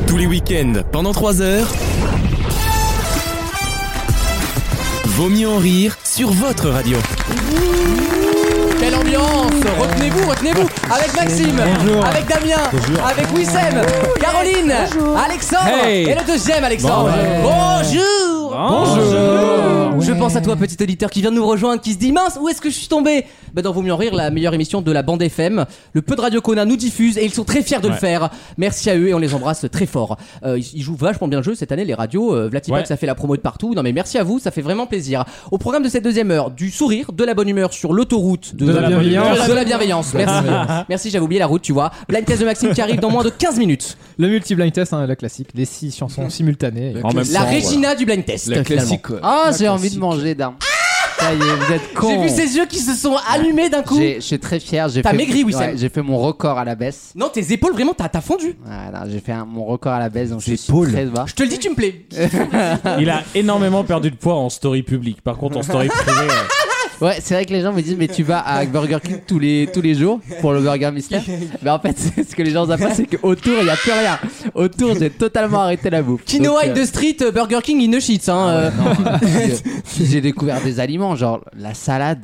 Tous les week-ends, pendant 3 heures, Vaut mieux en rire sur votre radio. Quelle ambiance! Retenez-vous! Avec Maxime, Bonjour. avec Damien, Bonjour. avec Wissem, Caroline, Alexandre Hey. et le deuxième Alexandre. Bonjour! Bonjour. Je pense à toi, petit auditeur qui vient de nous rejoindre, qui se dit mince, où est-ce que je suis tombé? Dans Vaut mieux en rire, la meilleure émission de la bande FM. Le peu de radio qu'on a nous diffuse et ils sont très fiers de le faire. Merci à eux et on les embrasse très fort. Ils jouent vachement bien le jeu cette année, les radios. Vlatipak, ça fait la promo de partout. Non mais merci à vous, ça fait vraiment plaisir. Au programme de cette deuxième heure, du sourire, de la bonne humeur sur l'autoroute de la bienveillance. De la bienveillance. Merci. Merci, j'avais oublié la route, tu vois. Blind test de Maxime qui arrive dans moins de 15 minutes. Le multi-blind test, la classique, les 6 chansons simultanées. La Regina du blind test. La classique. Ah, j'ai envie de manger d'un. Ça y est, vous êtes cons. J'ai vu ses yeux qui se sont allumés d'un coup. Je suis très fier. T'as maigri, Wissem. Ouais, j'ai fait mon record à la baisse. Non, tes épaules vraiment, t'as fondu. Voilà, j'ai fait mon record à la baisse, donc je suis très bas. Je te le dis, tu me plais. Il a énormément perdu de poids en story publique. Par contre, en story privée. Ouais, c'est vrai que les gens me disent, mais tu vas à Burger King tous les jours pour le burger mystère. Mais en fait, ce que les gens savent pas, c'est qu'autour, il n'y a plus rien. Autour, j'ai totalement arrêté la bouffe. Quinoa in the street, Burger King in the sheets. J'ai découvert des aliments, genre la salade.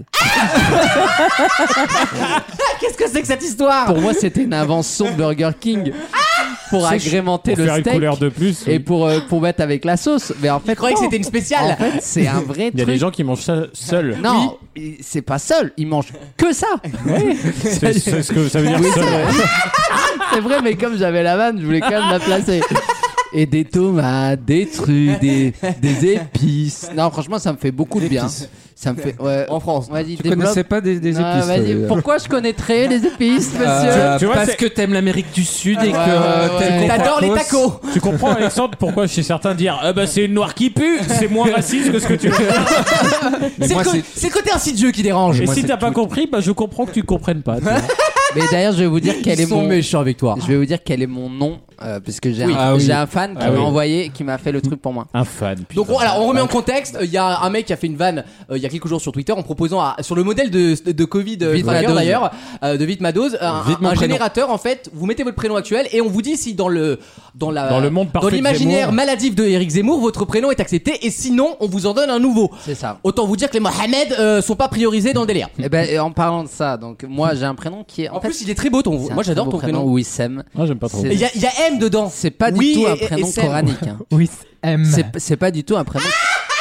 Qu'est-ce que c'est que cette histoire? Pour moi, c'était une invention de Burger King. Pour agrémenter pour le faire steak une couleur de plus, et pour mettre avec la sauce. Mais en fait, je croyais que c'était une spéciale. En fait, c'est un vrai truc. Il y a des gens qui mangent ça seuls. Non, c'est pas seul. Ils mangent que ça. C'est ce que ça veut dire seul. C'est vrai, mais comme j'avais la vanne, je voulais quand même la placer. Et des tomates, des trucs, des épices. Non, franchement, ça me fait beaucoup de bien. Ça me fait. Ouais. En France. Vas-y, Tu connaissais pas des épices? Vas-y. Pourquoi je connaîtrais les épices, monsieur? Tu vois, parce que t'aimes l'Amérique du Sud et ouais. T'adores les tacos. Tu comprends, Alexandre, pourquoi chez certains dire c'est une noire qui pue, c'est moins raciste que ce que tu veux dire. C'est le côté insidieux qui dérange. Et si t'as pas compris, je comprends que tu comprennes pas. tu vois. Mais d'ailleurs, je vais vous dire quel est mon. méchants avec toi. Je vais vous dire quel est mon nom, parce que j'ai un fan qui m'a envoyé, qui m'a fait le truc pour moi. Un fan. Donc on remet en contexte. Il y a un mec qui a fait une vanne il y a quelques jours sur Twitter en proposant sur le modèle de Covid Tracker, d'ailleurs, de Vite ma dose, un générateur en fait. Vous mettez votre prénom actuel et on vous dit si dans monde parfait de l'imaginaire Zemmour. maladif de Éric Zemmour votre prénom est accepté et sinon on vous en donne un nouveau. C'est ça. Autant vous dire que les Mohamed sont pas priorisés dans le délire. Et ben en parlant de ça, donc moi j'ai un prénom qui est En plus il est très beau ton. Moi j'adore ton prénom. Wissem. Moi j'aime pas trop. C'est- Il y a M dedans. C'est pas du Oui, tout un et prénom Sem. coranique. Hein. Wissem. C'est pas du tout un prénom.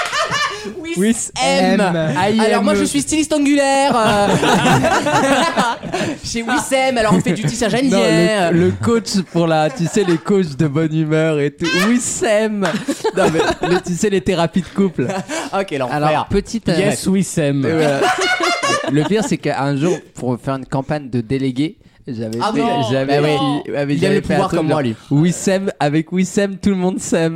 M. Alors moi je suis styliste angulaire chez Wissem. Alors on fait du tissage indien. Le coach pour tu sais les coachs de bonne humeur et tout. Wissem. Non mais tu sais les thérapies de couple. Ok, l'enfer. Alors petite. Yes, Wissem. Le pire c'est qu'un jour pour faire une campagne de délégué. J'avais Ah fait, non. j'avais, Mais oui, il j'avais aime le fait un pouvoir truc comme genre, moi, lui. Wissem, avec Wissem, tout le monde s'aime.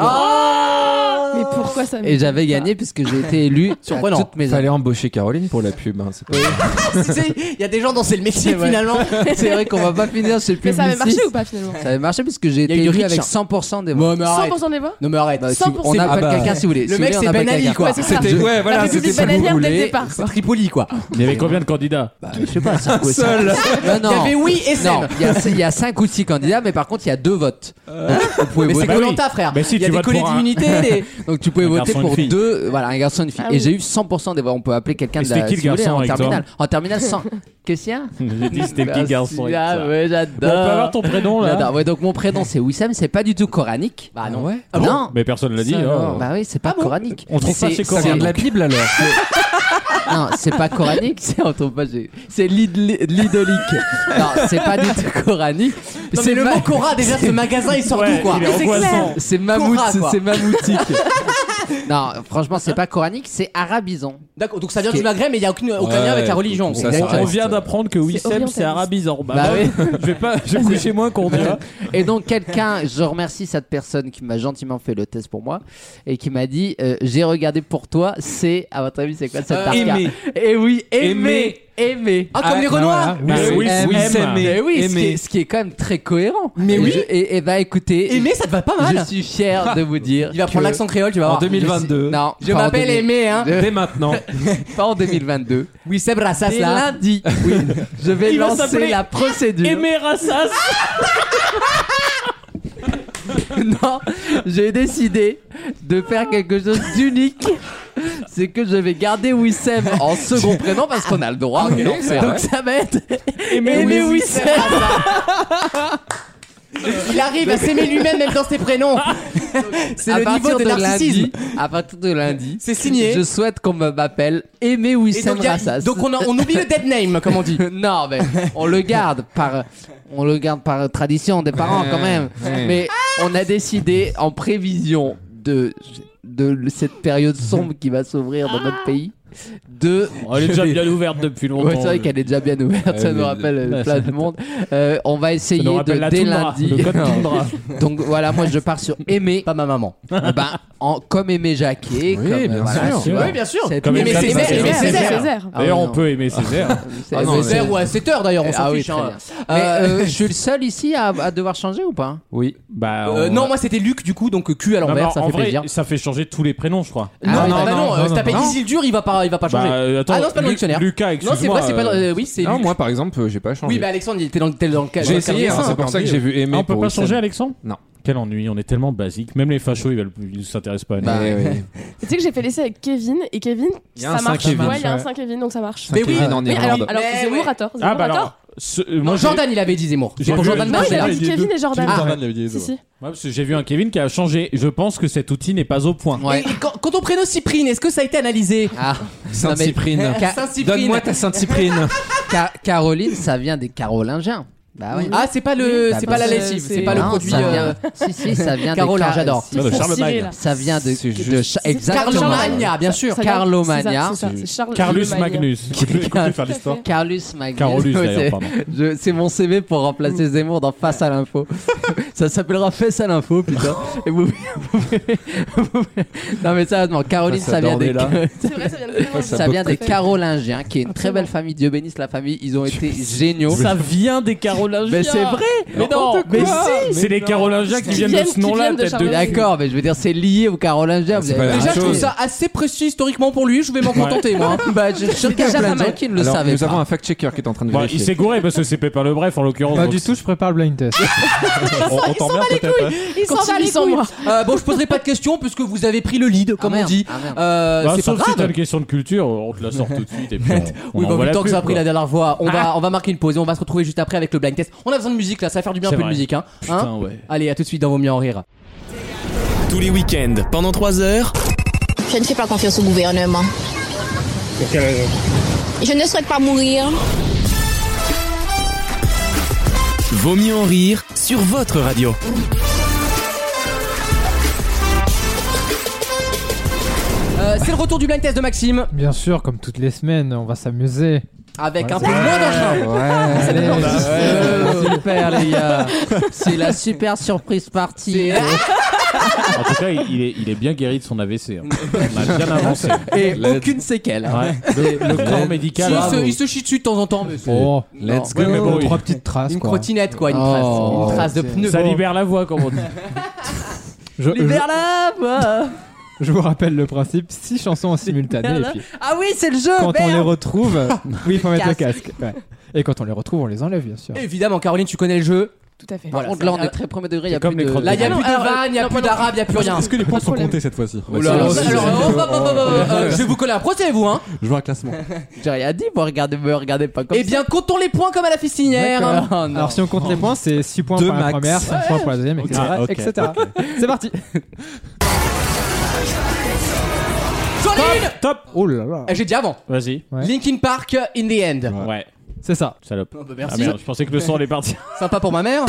Mais pourquoi ça Et j'avais gagné puisque j'ai été élu Surprenant. à toutes mes Fallait embaucher Caroline pour la pub. Hein, c'est pas... Tu sais, il y a des gens dans c'est le métier vrai. finalement. C'est vrai qu'on va pas finir chez le Mais ça avait publiciste. marché ou pas finalement? Ça avait marché puisque j'ai Il y a été eu du élu rich, avec hein. 100% des votes. Non mais arrête. 100% des voix? Non mais arrête. Bah, si 100%. on appelle quelqu'un si vous voulez. Le Si mec vous c'est voulez, on Ben appelle Ali quelqu'un. quoi. Ouais, c'est ça. Ouais, voilà, La c'était République ça que vous bananière dès le voulez. départ. C'est Tripoli quoi. Il y avait combien de candidats? Je sais pas, 5 ou 6. Seul. Non, Il y avait oui et non, Sem. il y a 5 ou 6 candidats, mais par contre, il y a 2 votes. Vous pouvez Mais c'est voter. Bah oui. Koh-Lanta frère. Bah si, Il y a tu des votes collets pour un- d'immunité. Donc tu pouvais Un voter garçon, pour une fille. 2, voilà, un garçon et une fille. Ah Et oui. j'ai eu 100% des voix. On peut appeler quelqu'un Et de c'était la qui le si vous voulez, garçon en avec toi terminale. En terminale 100. Qu'est-ce qu'il y a? J'ai dit c'était qui garçon avec Ah ça. ouais, Bon, on peut j'adore. avoir ton prénom là? J'adore. Ouais, donc mon prénom c'est Wissem, c'est pas du tout coranique. Bah non. Ouais. Ah bon Non. Mais personne l'a dit. Ça, oh. alors. Bah oui, c'est pas coranique. On trouve pas C'est- chez Ça vient de la Bible alors. Non, c'est pas coranique, on trouve pas. C'est l'idolique. Non, c'est pas du tout coranique. Non mais le mot Cora déjà ce magasin il sort Ouais, d'où quoi? il est angoissant. C'est Cora, quoi. c'est mamoutique. Non, franchement, c'est pas coranique, c'est arabisant. D'accord, donc ça vient Ce qui du Maghreb mais il y a aucun lien avec la religion. ça, D'accord. ça On reste. vient d'apprendre que Wissem orientaliste. c'est arabisant. Bah oui. Je vais coucher moins qu'on dira. Et donc quelqu'un, je remercie cette personne qui m'a gentiment fait le test pour moi et qui m'a dit j'ai regardé pour toi, c'est à votre avis c'est quoi cette marque? aimer. Et oui, aimer. Ah comme les Renois. Bah oui, Mais oui, aimer. ce qui est quand même très cohérent. Mais Et oui. Et bah écoutez, Aimé ça te va pas mal. je suis fier de vous dire. Il va prendre que- l'accent créole tu vas En voir. 2022. Non, Je pas en m'appelle 2000. Aimé hein. Dès maintenant. Pas en 2022. Wissem Rassas Dès là. lundi, oui, je vais Il va lancer s'appeler la procédure. Aimer Rassas. Non, j'ai décidé de faire quelque chose d'unique. C'est que je vais garder Wissem en second prénom parce qu'on a le droit. Ok, c'est donc vrai. ça va être Aimé Wissem. Il arrive à s'aimer lui-même même dans ses prénoms. C'est À le niveau partir de narcissisme. lundi, à partir de lundi, C'est signé. je souhaite qu'on m'appelle Aimé Et Wissem donc, Rassas. donc on oublie le dead name, comme on dit. Non, mais on le garde par tradition des parents quand même. Mais on a décidé en prévision de cette période sombre qui va s'ouvrir dans notre pays. Elle est déjà bien ouverte depuis longtemps. Ouais, c'est vrai qu'elle est déjà bien ouverte, ça nous rappelle plein de monde. On va essayer Ça nous rappelle la dès toundra, lundi. le code toundra. Donc voilà, moi je pars sur Aimé, Pas ma maman. comme Aimé Jacquet, Oui, comme bien voilà, sûr. tu vois. Oui, bien sûr. C'est Comme Aimé Aimé Césaire, Césaire. Aimé Césaire. Césaire. Ah D'ailleurs, oui, on non. peut aimer Césaire. C'est- Ou Césaire ou à 7h d'ailleurs, on s'en Ah oui, fiche. très hein. bien. Mais je suis le seul ici à devoir changer ou pas? Oui. Bah, Non, moi c'était Luc du coup, donc Q à Non, l'envers, mais ça en fait vrai, plaisir. ça fait changer tous les prénoms, je crois. Non, Ah, non, non, bah non, non, si t'appelles non. Isildur, il va pas changer. Attends, Ah non, c'est pas le dictionnaire. Lucas, Non, c'est excuse-moi. vrai, c'est pas. Oui, c'est. Non, Luc. moi par exemple, j'ai pas changé. Oui, bah Alexandre, il était dans le cas. J'ai essayé, hein, c'est pour ça que j'ai vu Aimé. Ah, on peut pour pas Wissem. changer, Alexandre? Non. Quel ennui, on est tellement basique. Même les fachos, ils s'intéressent pas à nous. Bah, Eh oui. Tu sais que j'ai fait l'essai avec Kevin et Kevin, Il y a ça un marche. Saint-Kevin. Ouais, il y a un Ouais. Saint-Kevin donc ça marche. Mais oui. Kevin en Oui, Irlande. alors Mais Zemmour ouais. a tort. Ah, Zemmour bah a tort. alors. Non, Moi, Jordan, il avait dit Zemmour. J'ai C'est pour vu- Jordan Non, il Bardella. a dit Kevin et Jordan. Si, si. parce que j'ai vu un Kevin qui a changé. Je pense que cet outil n'est pas au point. Ouais. Et quand ton prénom Cyprine, est-ce que ça a été analysé? Ah, Sainte-Cyprine. Saint-Cyprine. Donne-moi ta Sainte-Cyprine. Caroline, ça vient des Carolingiens. Bah oui. Ah, c'est pas Bah, c'est pas la c'est- lessive, c'est c'est- pas le Non, produit. ça vient. Si, ça vient Carolin, des j'adore. Non, de Pour Charlemagne. Cyril. Ça vient de C'est juste- exactement. Carlomagna, bien sûr. Ça vient- Carlomagna. c'est ça, c'est Charles Carlus Lemagne. Magnus. Écoutez faire l'histoire. Carlus Magnus. Carolus, Ouais, d'ailleurs, c'est- pardon. C'est mon CV pour remplacer Zemmour dans Face à l'info. Ça s'appellera Face à l'info, putain. Et non mais sérieusement, Caroline, Face à ça vient des, Dornella. C'est vrai, ça vient de Clément. ça vient des Tout à fait. Carolingiens, qui est une très belle famille. Dieu bénisse la famille. Ils ont été géniaux. Ça vient des Carolingiens. Mais c'est vrai. Mais non, mais si. C'est les Carolingiens qui viennent de ce Qui nom-là, viennent de tête de. Charlemagne. D'accord, mais je veux dire, c'est lié aux Carolingiens. Vous C'est avez pas la Déjà, même je trouve chose. ça assez précis historiquement pour lui. Je vais m'en contenter, moi. Bah, je suis sûr qu'il y a déjà plein pas de gens mal. qui ne le Alors, savaient nous avons pas. un fact-checker qui est en train de Bon, il vérifier. s'est gouré parce que c'est Pépin le Bref en l'occurrence. Pas donc du tout, je prépare le blind test. On t'emmerde peut-être. hein. Il s'en va les Continue sans couilles. moi. Bon, je poserai pas de questions puisque vous avez pris le lead, comme on merde. dit. Ah, merde. Bah, C'est pas sauf si t'as grave. une question de culture, on te la sort tout de suite et puis on Oui, bah, envoie vu le la temps que pub, ça a pris quoi. la dernière fois, on va marquer une pause et on va se retrouver juste après avec le blind test. On a besoin de musique là, ça va faire du bien un C'est peu de vrai. musique, hein. Putain, ouais. Allez, à tout de suite dans Vaut mieux en rire. Tous les week-ends, pendant 3 heures, Je ne fais pas confiance au gouvernement. Pour quelle raison? Je ne souhaite pas mourir. Vaut mieux en rire sur votre radio. C'est le retour du blind test de Maxime Bien sûr, comme toutes les semaines, on va s'amuser. avec un peu moins d'entrain. Allez, Super les gars. C'est la super surprise party. En tout cas, il est bien guéri de son AVC. hein. On a bien avancé. Et aucune séquelle. hein. Ouais. Le corps médical. Il se chie dessus de temps en temps, mais c'est oh, Let's Ouais, go. mais bon, trois petites traces. une quoi. trottinette quoi, une Oh. trace de pneu. Ça libère la voix, comme on dit. Libère-la, moi. Je vous rappelle le principe 6 chansons en simultané. Et puis, Ah oui, c'est le jeu. quand on les merde. retrouve, oui, il faut mettre le casque. Ouais. Et quand on les retrouve, on les enlève, bien sûr. Évidemment, Caroline, tu connais le jeu. Tout à fait. Par contre, là, on est très premier degré. Il y a comme plus les de. crottes Là, il n'y a Non, plus de alors, vanne, il n'y a non, plus pardon. d'arabe, il n'y a plus rien. Est-ce que les points Pas de sont problème. comptés cette fois-ci? Alors, je vais vous coller un procès, vous, hein. Je veux un classement. J'ai rien dit. Moi, me regardez pas comme Eh bien, comptons les points comme à la fistinière. ça. Oh, non. Alors, si on compte les points, c'est 6 points Deux pour la max. première, 5 points pour la deuxième, etc. Ah, ok. etc. C'est parti. Soline. Top. Oh là là. J'ai dit avant. Vas-y. Ouais. Linkin Park, In the End. Ouais. C'est ça. Salope. Oh, bah, Ah merci. merde, je pensais que le son allait partir. Sympa pour ma mère.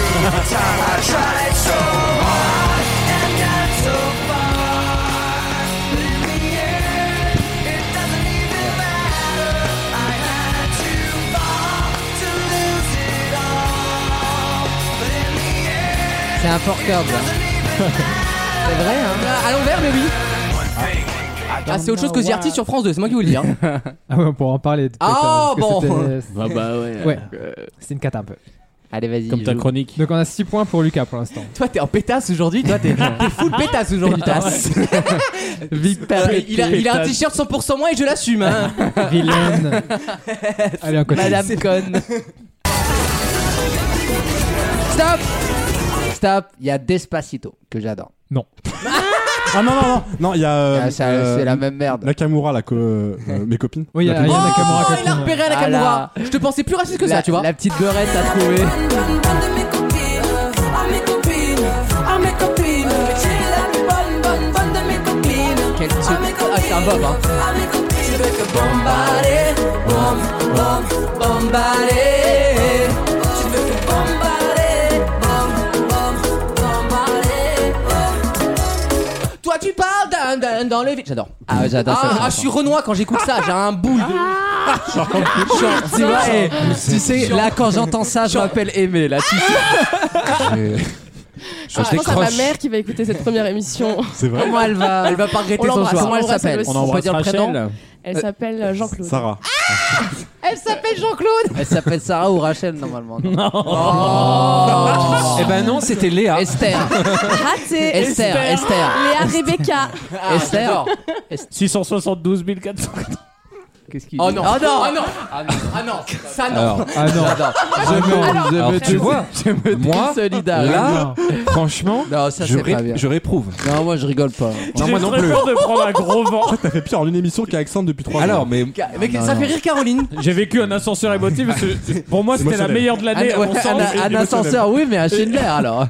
C'est un porteur, là. C'est vrai, hein. À l'envers, mais oui. Ah, c'est autre chose que The Artist sur France 2, c'est moi qui vous le dis. Hein. Ah ouais, on pourra en parler. Ah, bon. Bah ouais. Ouais, c'est une cata un peu. Allez, vas-y. Comme ta joue. chronique. Donc on a 6 points pour Lucas pour l'instant. Toi, t'es en pétasse aujourd'hui. Toi, t'es full pétasse aujourd'hui. Il a un t-shirt 100% moins et je l'assume. Hein. Vilaine. Allez, un côté. Madame Conne. Stop. stop, il y a Despacito que j'adore. Ah non, il y a. C'est la même merde. Nakamura, mes copines. Oui, il y a Oh, Nakamura. il a repéré Nakamura. Je te pensais plus raciste que ça, tu vois. La petite beurette à trouver. Quel type. Ah, c'est un bob, hein. Tu veux que bombarder, bombarder. Tu veux que bombarder, bombarder. Toi, tu parles dans le vide. J'adore. Ah, ouais, j'adore ça. Ah, je suis Renoir quand j'écoute ça. J'ai un boule de. Tu vois, tu sais, là, quand j'entends ça, je m'appelle Aimé, là, tu sais. Je pense à ma mère qui va écouter cette première émission. C'est vrai. Comment elle va pas regretter On son l'embrasse, choix. Comment elle l'embrasse, s'appelle aussi. On embrasse dire le prénom Rachel. Elle s'appelle Jean-Claude. Sarah. Elle s'appelle Jean-Claude. Elle s'appelle Sarah ou Rachel, normalement. Non. Eh ben non, c'était Léa. Esther. Raté. Esther. Léa Rebecca. Esther. 672 400. Qu'est-ce qu'il Oh dit non. Oh non. Ah non. Ah non. Ça non. Alors, Ah non. alors, tu vois, moi, solidaire. là, franchement, Non, ça c'est pas bien. je réprouve. Non, moi je rigole pas. Non, moi non J'ai plus. très peur de prendre un gros vent. T'as fait pire en une émission qui a accent depuis 3 ans. Alors, mais Mais ça fait rire Caroline. J'ai vécu un ascenseur émotif. Parce que pour moi, c'était la Émotionnel. meilleure de l'année. à mon sens. Un ascenseur, oui, mais un Schindler alors.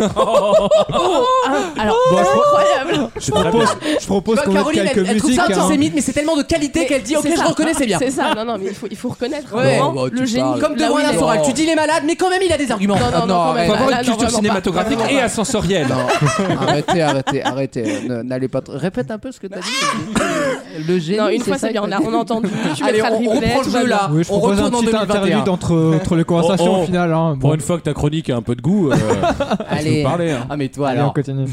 Alors, incroyable. je propose Tu vois, qu'on mette Caroline, quelques elle trouve musiques. ça hein. antisémite, mais c'est tellement de qualité qu'elle dit ok, C'est je ça. reconnais, c'est bien. C'est ça, non, mais il faut reconnaître Ouais. vraiment Bon, le tu génie. parles. Comme Là devant où il Alain est. Soral, tu dis il est malade, mais quand même il a des arguments. Non, quand même. faut avoir Là, une culture vraiment pas. cinématographique et ascensorielle. Arrêtez. N'allez pas trop. Répète un peu ce que t'as dit. Le génie. Non, une fois c'est bien, on a entendu. Tu Allez, mettras le on replay, reprend tout le va jeu bien. là. Oui, je On propose un retourne en petit 2021. interlude entre les conversations Oh. au final. Hein. Pour Bon. une fois que ta chronique a un peu de goût, Allez. vous parler. Hein. Ah mais toi Allez, on alors. continue.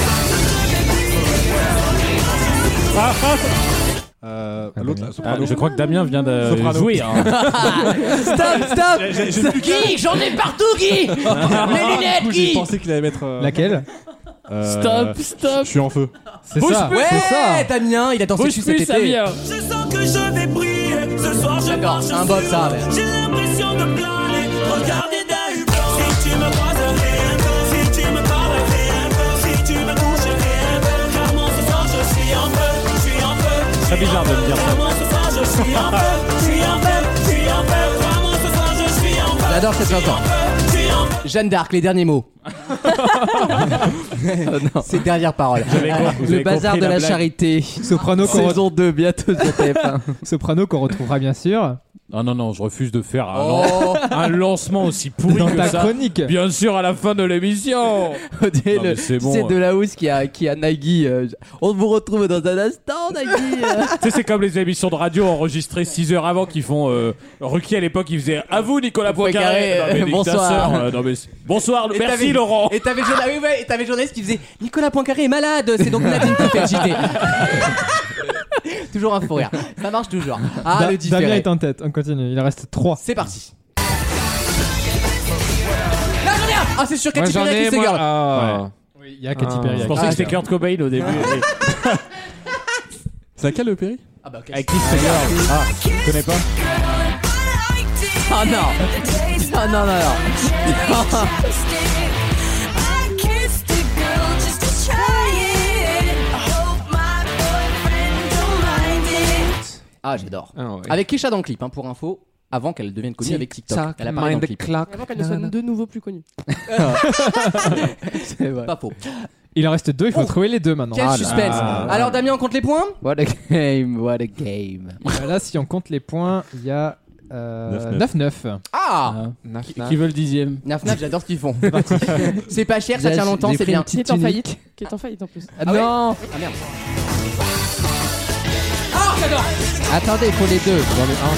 L'autre, là, soprano. Je crois que Damien vient de Soprano. jouer. Hein. Stop. Guy, j'en ai partout Guy. Les Du lunettes coup, j'ai Guy. pensé qu'il allait mettre. Laquelle Stop. Je suis en feu. C'est Bouge ça. plus. C'est ça. Ouais, Damien, il a dansé Bouge dessus cet plus, ça été. vient. Je sens que je vais briller. Ce soir, je D'accord, marche c'est un bob ça. mais- J'ai l'impression de planer. Regardez d'un hublot. Si tu me croises rien, si tu me parles rien, si tu me touches rien, car moi ce soir je suis en feu, je suis en feu. C'est bizarre de me dire ça. Car moi ce soir je suis en feu, je suis en feu, je suis en feu. Car moi ce soir je suis en feu. J'adore cette chanson. Jeanne d'Arc, les derniers mots. Ses dernières paroles. Le bazar de la charité. Soprano qu'on Saison 2, bientôt sur TF1. Soprano qu'on retrouvera bien sûr Ah non, je refuse de faire Oh. un lancement aussi pourri dans que ta ça. chronique. Bien sûr, à la fin de l'émission. Non, mais c'est bon. C'est de la housse qui a Nagui. On vous retrouve dans un instant, Nagui. Tu sais, c'est comme les émissions de radio enregistrées 6 heures avant qui font. Ruquier à l'époque, il faisait à vous, Nicolas Poincaré. Poincaré, Non, mais bonsoir. Bonsoir, Et merci t'avais- Laurent. Et t'avais le journaliste qui faisait Nicolas Poincaré est malade, c'est donc Nadine qui fait le JT. Toujours un fou rire. Ça marche toujours. Ah, le Damien différé. est en tête. On continue. Il en reste 3. C'est parti. Là, j'en ai un. Ah, c'est sûr, Moi Katy j'en Perry ai, qui se moi. garde. Ah. Oui, il y a Katy Ah. Perry. Je pensais que c'était Kurt Cobain au début. C'est laquelle le Perry? Ah bah, ok. Avec qui se regarde. Ah, tu connais pas? Oh non. Non. Ah, j'adore. Ah, ouais. Avec Kesha dans le clip, hein, pour info, avant qu'elle devienne connue avec TikTok. Tic-tac, Elle apparaît dans mind le the clip. clock. Avant qu'elle ne soit de nouveau plus connue. C'est vrai. Pas faux. Il en reste 2. Il faut Oh. trouver les 2 maintenant. Quel Ah, là. suspense. Alors, Damien, on compte les points. What a game. Là, si on compte les points, il y a 9-9. Ah, Qui veut le 10e? Naf, j'adore ce qu'ils font. C'est pas cher, ça J'ai tient longtemps, pris c'est une bien. petite Qui est en tunique. faillite. Qui est en faillite en plus. Ah, non. Ah merde. Ah, j'adore. Attendez, il faut les deux.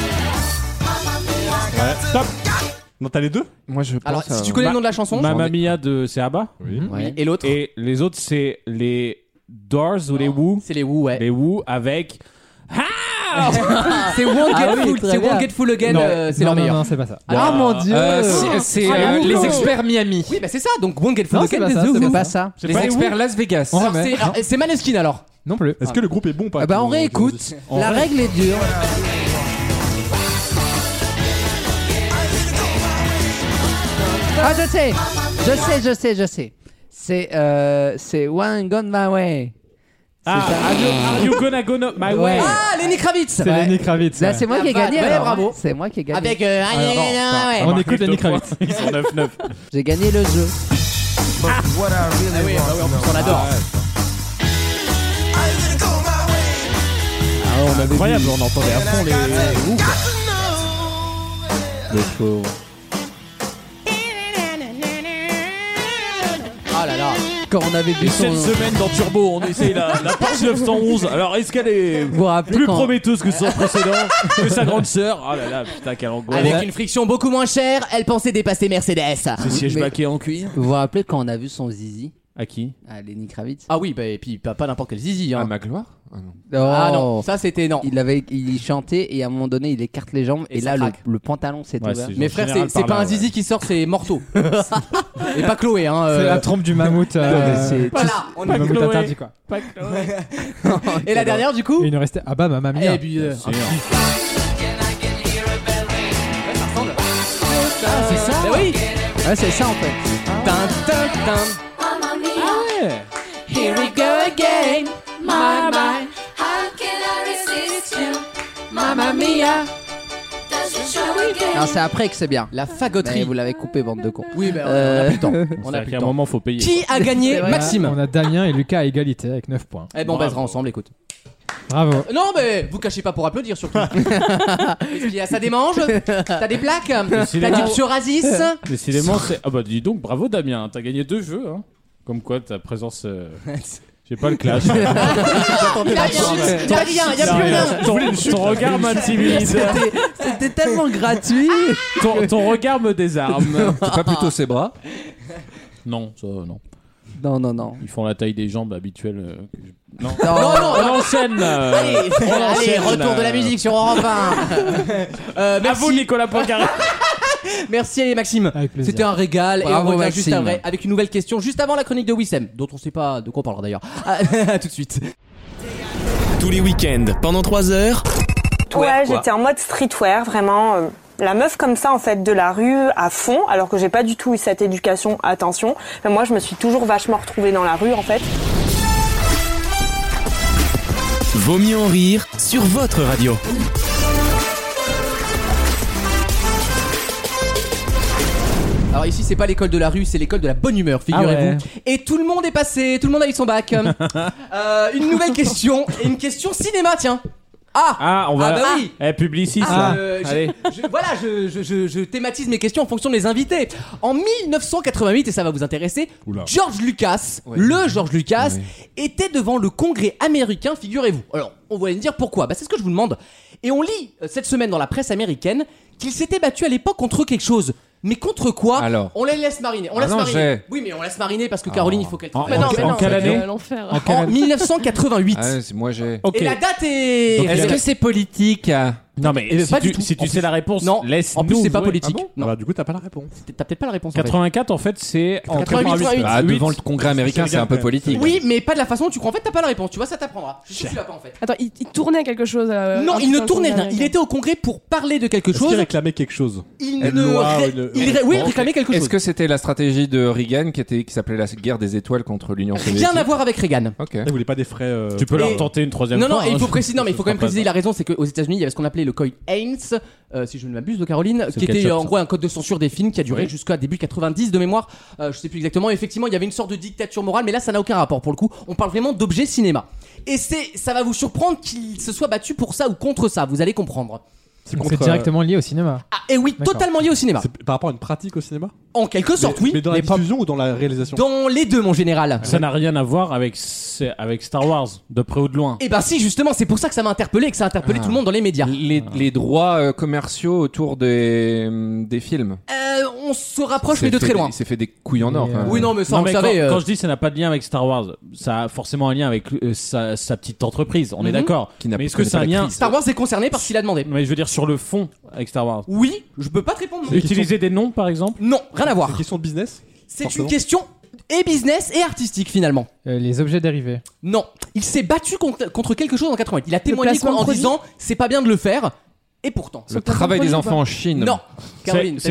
Ouais. Stop. Non, t'as les deux? Moi je pense. Alors, si tu connais le nom de la chanson, Mamma Mia de c'est ABBA. Oui. Ouais. et l'autre, Et les autres, c'est les Doors ou les Who. c'est les Who, ouais. Les Who avec. C'est Won't Get Ah oui, Full, très c'est bien. Won't Get Full Again, Non, c'est leur meilleur. Non, c'est pas ça. Ah mon dieu. C'est Ah, les Who. experts Miami. Oui, bah c'est ça, donc Won't Get Full Non, Again, c'est pas des ça, The c'est Who. C'est pas ça. Les experts Las Vegas. On Alors, remet. c'est Maneskin alors. Non plus. Est-ce que le groupe est bon ou pas? Ah bah on réécoute. La règle est dure. Ah je sais. Je sais. C'est One Gone My Way. Ah, Are You Gonna Go My Way? Ah, Lenny Kravitz. C'est Lenny Kravitz. Là, c'est moi qui ai gagné. Ouais, alors, bravo. hein. C'est moi qui ai gagné. Avec On écoute Lenny Kravitz. Ils sont 9-9. J'ai gagné le jeu. Ah oui, en plus on adore. Incroyable, on entendait à fond les ouf. Le pauvre. Ah là là. Quand on avait vu Et cette semaine dans Turbo, on essaye la Porsche 911. Alors, est-ce qu'elle est Vous vous rappelez plus quand- prometteuse que son précédent, que sa grande sœur? Oh là là, putain, quelle angoisse. Avec une friction beaucoup moins chère, elle pensait dépasser Mercedes. Ces sièges Mais- baquets en cuir. Vous vous rappelez quand on a vu son zizi À qui? à Lenny Kravitz? Ah oui, bah, et puis pas n'importe quel zizi. À Hein. ma gloire? Ah non. Ah non, ça c'était non. Il chantait et à un moment donné il écarte les jambes et, Et ça là craque. le pantalon s'est Ouais, ouvert. c'est- Mais frère, général c'est par pas là, un zizi qui sort, c'est Morteau. Et pas Chloé, hein. C'est la trompe du mammouth. Voilà, on Le a mammouth interdit quoi. Et la dernière du coup Et il nous restait. Ah bah mamma mia. Et puis. C'est c'est ça. Mais oui. Ouais, c'est ça en fait. Tin. Here we go again. My my. Mamma mia. Non, c'est après que c'est bien. La Mais fagoterie. vous l'avez coupé, bande de cons. Oui, mais on a plus le temps. On a C'est-à-dire plus qu'à le un temps. moment, faut payer. Qui a gagné C'est vrai. Maxime? On a Damien et Lucas à égalité avec 9 points. Eh ben on baisera ensemble, écoute. Bravo. Non mais vous cachez pas pour applaudir surtout. Est-ce qu'il y a ça des manges? T'as des plaques? T'as du psoriasis? Décidément, c'est. Ah bah dis donc, bravo Damien, t'as gagné 2 jeux. Hein. Comme quoi, ta présence. J'ai pas le clash. Il a rien, il y a plus rien. Ton regard m'intimide. C'était tellement gratuit. Ton regard me désarme. C'est pas plutôt ses bras? Non, ça non. Non. Ils font la taille des jambes habituelles. Non. Non, On enchaîne. Allez, retour de la musique sur Europe 1. À Merci. vous Nicolas Poincaré. Merci Maxime. Avec plaisir. C'était un régal Bravo, et on revient juste Maxime. après avec une nouvelle question juste avant la chronique de Wissem, dont on sait pas de quoi on parlera d'ailleurs. À tout de suite. Tous les week-ends, pendant 3 heures. Ouais, j'étais en mode streetwear, vraiment la meuf comme ça en fait de la rue à fond, alors que j'ai pas du tout eu cette éducation, attention. Mais moi je me suis toujours vachement retrouvée dans la rue en fait. Vaut mieux en rire sur votre radio. Alors ici c'est pas l'école de la rue, c'est l'école de la bonne humeur, figurez-vous. Ah ouais. Et tout le monde est passé, tout le monde a eu son bac. Une nouvelle question, et une question cinéma, tiens. Ah, on va. Ah bah oui. Publiciste là. Allez. Je thématise mes questions en fonction des invités. En 1988, et ça va vous intéresser, Oula. George Lucas, le George Lucas, était devant le Congrès américain, figurez-vous. Alors, on va me dire pourquoi. Bah, c'est ce que je vous demande. Et on lit cette semaine dans la presse américaine qu'il s'était battu à l'époque contre quelque chose. Mais contre quoi? Alors. On les laisse mariner. On Ah laisse non, mariner. Oui, mais on laisse mariner parce que Caroline, il faut qu'elle. En c'est quelle année? l'enfer. En 1988. Ah, c'est moi j'ai. Ok. Et la date est. Est-ce que c'est politique? Non mais Eh ben, si pas tu, du tout. si tu En sais plus- la réponse, Non, laisse. en plus c'est pas politique. Ah Non, bah du coup t'as pas la réponse. t'as peut-être pas la réponse. En fait. 84 en fait c'est en 88. Ah, devant le congrès américain, c'est un peu politique. Oui, mais pas de la façon dont tu crois. En fait, t'as pas la réponse. Tu vois, ça t'apprendra. Je sais que tu l'as pas en fait. Attends, il tournait quelque chose. Non, il ne tournait rien. Il était au congrès pour parler de quelque Est-ce qu'il chose. réclamait quelque chose? Il Une ne. loi, Oui, il réclamait quelque chose. Est-ce que c'était la stratégie de Reagan qui s'appelait la guerre des étoiles contre l'Union soviétique? Rien à voir avec Reagan. Ok. Il voulait pas des frais. Tu peux Et- leur tenter une troisième Non, fois. non, et il hein, faut je- préciser, non, mais il faut quand même je ferai préciser, il pas a raison, c'est qu'aux États-Unis, il y avait ce qu'on appelait le code Haynes, si je ne m'abuse, de Caroline, C'est qui le était ketchup, en ça. gros un code de censure des films qui a duré jusqu'à début 90 de mémoire, je sais plus exactement. Effectivement, il y avait une sorte de dictature morale, mais là, ça n'a aucun rapport pour le coup. On parle vraiment d'objets cinéma. Et ça va vous surprendre qu'il se soit battu pour ça ou contre ça, vous allez comprendre. C'est directement lié au cinéma. Ah, et oui, D'accord. totalement lié au cinéma. C'est par rapport à une pratique au cinéma? En quelque sorte, oui. Mais dans la mais pas- diffusion ou dans la réalisation? Dans les deux, mon général. Ça n'a rien à voir avec Star Wars, de près ou de loin. Et ben si, justement, c'est pour ça que ça m'a interpellé et que ça a interpellé tout le monde dans les médias. Les droits commerciaux autour des films. On se rapproche, mais de très loin. Il s'est fait des couilles en or. Mais, quand même. Oui, non, mais ça, Non, vous mais savez. quand je dis ça n'a pas de lien avec Star Wars, ça a forcément un lien avec sa petite entreprise, on est d'accord. Qui n'a- Mais est-ce que connaît c'est pas un la lien crise. Star Wars est concerné par ce qu'il a demandé. Mais je veux dire sur le fond avec Star Wars. Oui, je peux pas te répondre. Utiliser des noms par exemple. Non, rien à C'est voir. une question de business? C'est forcément. une question et business et artistique finalement. Les objets dérivés. Non, il s'est battu contre quelque chose en 88. Il a témoigné placement de en produit. disant c'est pas bien de le faire. Et pourtant. Le travail des enfants en Chine. Non, Caroline, C'est t'as dit quoi?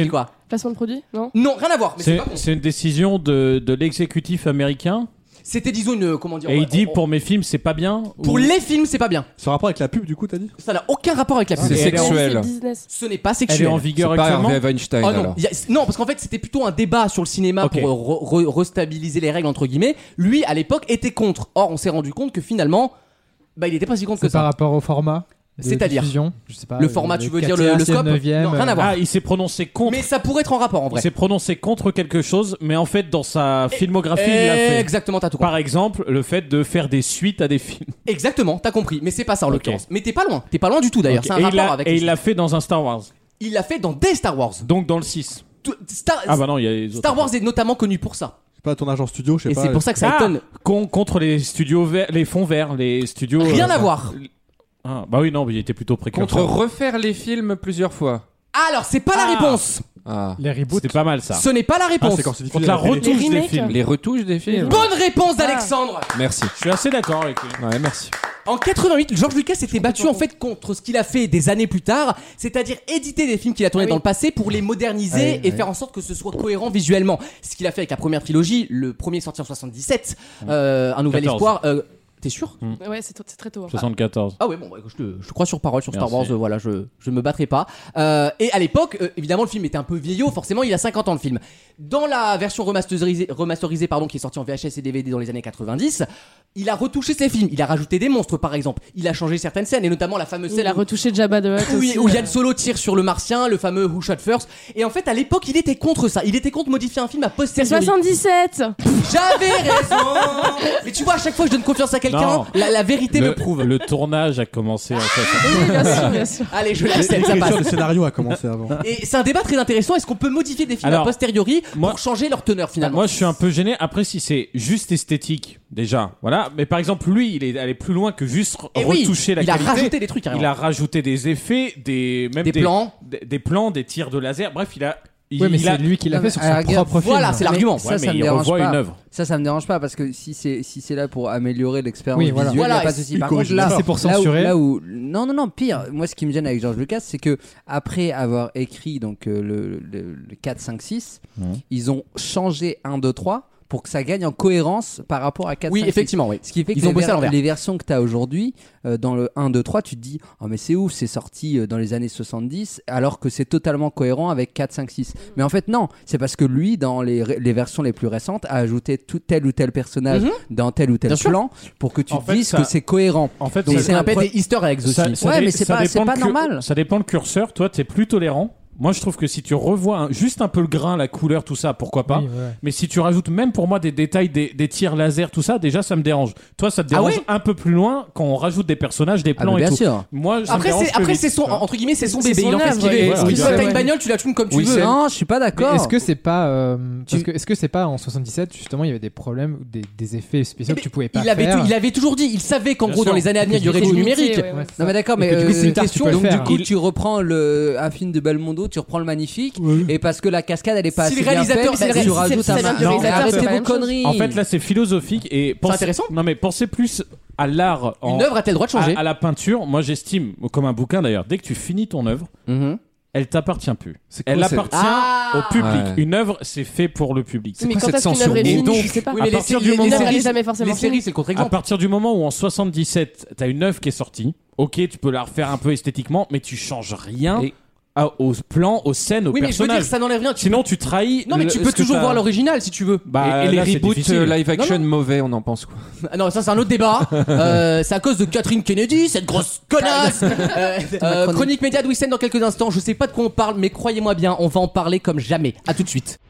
Placement de produit, non? Non, rien à voir. Mais c'est pas con. C'est une décision de l'exécutif américain. C'était disons une comment dire. Et il dit pour mes films c'est pas bien. Pour les films c'est pas bien. C'est en rapport avec la pub du coup t'as dit? Ça n'a aucun rapport avec la pub. C'est sexuel. Ce n'est pas Elle sexuel. est en vigueur C'est pas actuellement. Harvey Weinstein Oh non, alors. non, parce qu'en fait c'était plutôt un débat sur le cinéma Ok. pour restabiliser les règles entre guillemets. Lui à l'époque était contre. Or on s'est rendu compte que finalement il était pas si contre que C'est par ça. rapport au format de C'est-à-dire diffusion, je sais pas, le format, tu veux dire le 4e, scope 9e, Non, rien à voir. Ah, il s'est prononcé contre. Mais ça pourrait être en rapport en Il vrai. s'est prononcé contre quelque chose, mais en fait dans sa filmographie il l'a fait. Exactement, t'as tout compris. Par exemple, le fait de faire des suites à des films. Exactement, t'as compris. Mais c'est pas ça en Ok. l'occurrence. Mais t'es pas loin du tout d'ailleurs. Ok. C'est un Et rapport avec. et les il l'a fait dans un Star Wars. Il l'a fait dans des Star Wars. Donc dans le 6. Ah bah non, il y a les autres. Star Wars est notamment connu pour ça. C'est pas ton agent studio, je sais Et pas. c'est pour ça que ça étonne. Contre les studios verts, les fonds verts, les studios. Rien à voir. Ah, bah oui, non, mais il était plutôt Contre précurseur. refaire les films plusieurs fois. Alors, c'est pas la réponse. Ah. les reboots. C'est pas mal ça. Ce n'est pas la Ah, réponse. c'est quand c'est diffusé Contre la à télé. retouche Les des remakes. films. Les retouches des films. Bonne réponse d'Alexandre. Merci. Je suis assez d'accord avec lui. Ouais, merci. En 88, George Lucas s'était battu en fait contre ce qu'il a fait des années plus tard, c'est-à-dire éditer des films qu'il a tournés dans le passé pour les moderniser et faire en sorte que ce soit cohérent visuellement. Ce qu'il a fait avec la première trilogie, le premier sorti en 77, Un Nouvel 14. Espoir. T'es sûr? Ouais, c'est très tôt. hein. 74. Ah ouais, bon, bah, je te crois sur parole sur Star Merci. Wars, voilà, je me battrai pas. Et à l'époque, évidemment, le film était un peu vieillot, forcément, il a 50 ans le film. Dans la version remasterisée pardon, qui est sortie en VHS et DVD dans les années 90, il a retouché ses films, il a rajouté des monstres par exemple, il a changé certaines scènes, et notamment la fameuse Il scène a retouché Jabba the Hutt oui, aussi, où Yann Solo tire sur le martien, le fameux Who Shot First. Et en fait, à l'époque, il était contre ça. Il était contre modifier un film à C'est posteriori. 77. J'avais raison. Mais tu vois, à chaque fois que je donne confiance à quelqu'un, Non. la vérité me prouve. Le tournage a commencé en fait. Oui, bien sûr, bien sûr. Allez, je l'accepte, ça L'écriture passe. du scénario a commencé avant. Et c'est un débat très intéressant. Est-ce qu'on peut modifier des films Alors, a posteriori moi- pour changer leur teneur finalement? Moi, je suis un peu gêné. Après, si c'est juste esthétique, déjà, voilà. Mais par exemple, lui, il est allé plus loin que juste Et oui, retoucher la il a qualité. rajouté des trucs, carrément. Il a rajouté des effets, même Des plans. des plans, des tirs de laser. Bref, il a. Oui, mais c'est lui qui l'a fait sur son propre film. Voilà, c'est l'argument. Ça, Ouais, ça mais me il dérange revoit pas. une œuvre. Ça me dérange pas parce que si c'est là pour améliorer l'expérience Oui, voilà. visuelle, y a Voilà, pas de souci. il Par corrige contre, là, les C'est pour là où- censurer. non, pire. Moi, ce qui me gêne avec George Lucas, c'est que après avoir écrit donc le 4, 5, 6, ils ont changé 1, 2, 3 pour que ça gagne en cohérence par rapport à 4, Oui, 5, 6. effectivement, oui. Ce qui fait que Ils ont bossé à l'envers. les versions que tu as aujourd'hui, dans le 1, 2, 3, tu te dis « Oh mais c'est ouf, c'est sorti dans les années 70, alors que c'est totalement cohérent avec 4, 5, 6. » Mais en fait non, c'est parce que lui, dans les versions les plus récentes, a ajouté tel ou tel personnage dans tel ou tel Bien sûr. plan pour que tu En fait, dises ça- que c'est cohérent. En fait, Donc, Et ça- c'est un peu des Easter eggs aussi. Ouais, mais c'est pas dépend le normal. Ça dépend le curseur. Toi, t'es plus tolérant. Moi, je trouve que si tu revois juste un peu le grain, la couleur, tout ça, pourquoi pas. Oui, ouais. Mais si tu rajoutes même pour moi des détails, des tirs laser, tout ça, déjà ça me dérange. Toi, ça te Ah dérange ouais un peu plus loin quand on rajoute des personnages, des Ah, plans mais et bien tout. sûr. Moi, ça me Après, dérange c'est, plus après vite, c'est son, tu vois. entre guillemets, c'est son C'est bébé. son Il en fait ce qu'il œuvre, veut. ouais, Parce que ouais, toi, ouais. t'as une bagnole, tu la tunes comme tu Oui, veux. non, je suis pas Mais d'accord. est-ce que c'est pas est-ce que c'est pas en 77 justement il y avait des problèmes ou des effets spéciaux que tu pouvais pas Il avait, faire. il avait toujours dit, il savait qu'en Bien gros sûr. dans les années à venir il y aurait du Limité, numérique. ouais, ouais. Non mais d'accord, Et mais que du coup, plus tard, tu peux le donc faire. du coup tu reprends un film de Belmondo, tu reprends le Magnifique, et parce que la cascade elle est pas Si assez le bien réalisateur- faite, si tu le rajoutes ça vient du Non, réalisateur, c'est arrêtez la vos même chose. conneries. En fait, là, c'est philosophique et pensez, intéressant. Non, mais pensez plus à l'art. Une œuvre a-t-elle le droit de changer? à la peinture. Moi, j'estime, comme un bouquin d'ailleurs, dès que tu finis ton œuvre, Mhm. elle t'appartient plus. C'est quoi, Elle c'est- appartient Ah au public. Ouais. Une œuvre, c'est fait pour le public. Mais quoi quand cette est-ce qu'une censure œuvre est Et finie, donc, je sais pas. Oui, à mais partir les du séries- moment- les Elle est séries- jamais forcément les séries, finie. c'est le À contre-exemple. partir du moment où en 77, t'as une œuvre qui est sortie, ok, tu peux la refaire un peu esthétiquement, mais tu changes rien Et- aux plans, aux scènes, aux Oui, mais je veux personnages. dire, ça n'enlève rien. Sinon, tu trahis. Non, mais tu peux ce que toujours t'as- voir l'original si tu veux. Bah, et les là, c'est reboots difficile. live action Non, mauvais, on en pense quoi? Ah non, ça c'est un autre débat. C'est à cause de Catherine Kennedy, cette grosse connasse. Chronique média de Wissem dans quelques instants. Je sais pas de quoi on parle, mais croyez-moi bien, on va en parler comme jamais. À tout de suite.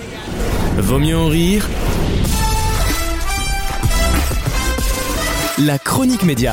Vaut mieux en rire. La chronique média.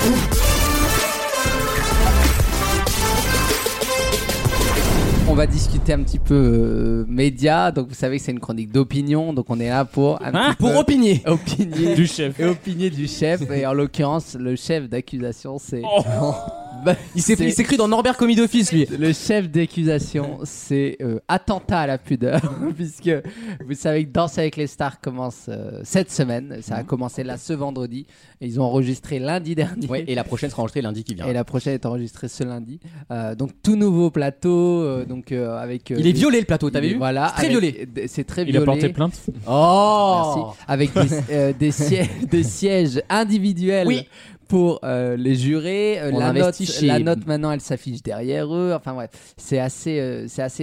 On va discuter un petit peu médias, donc vous savez que c'est une chronique d'opinion, donc on est là pour un petit Pour peu opinier. opinier Du chef. et opinier du chef, et en l'occurrence le chef d'accusation c'est Il s'est cru dans Norbert Commis d'Office, lui. Le chef d'accusation, c'est attentat à la pudeur, puisque vous savez que Danse avec les stars commence cette semaine. Ça a commencé là ce vendredi. Et ils ont enregistré lundi dernier. Ouais, et la prochaine sera enregistrée lundi qui vient. Et la prochaine est enregistrée ce lundi. Donc tout nouveau plateau. Avec. Il est violet le plateau, t'avais vu? Voilà. C'est très violet. C'est très Il violet. a porté plainte. Oh. Merci. Avec des sièges individuels. Oui. Pour les jurés, On la investit chez- note maintenant elle s'affiche derrière eux. Enfin bref, c'est assez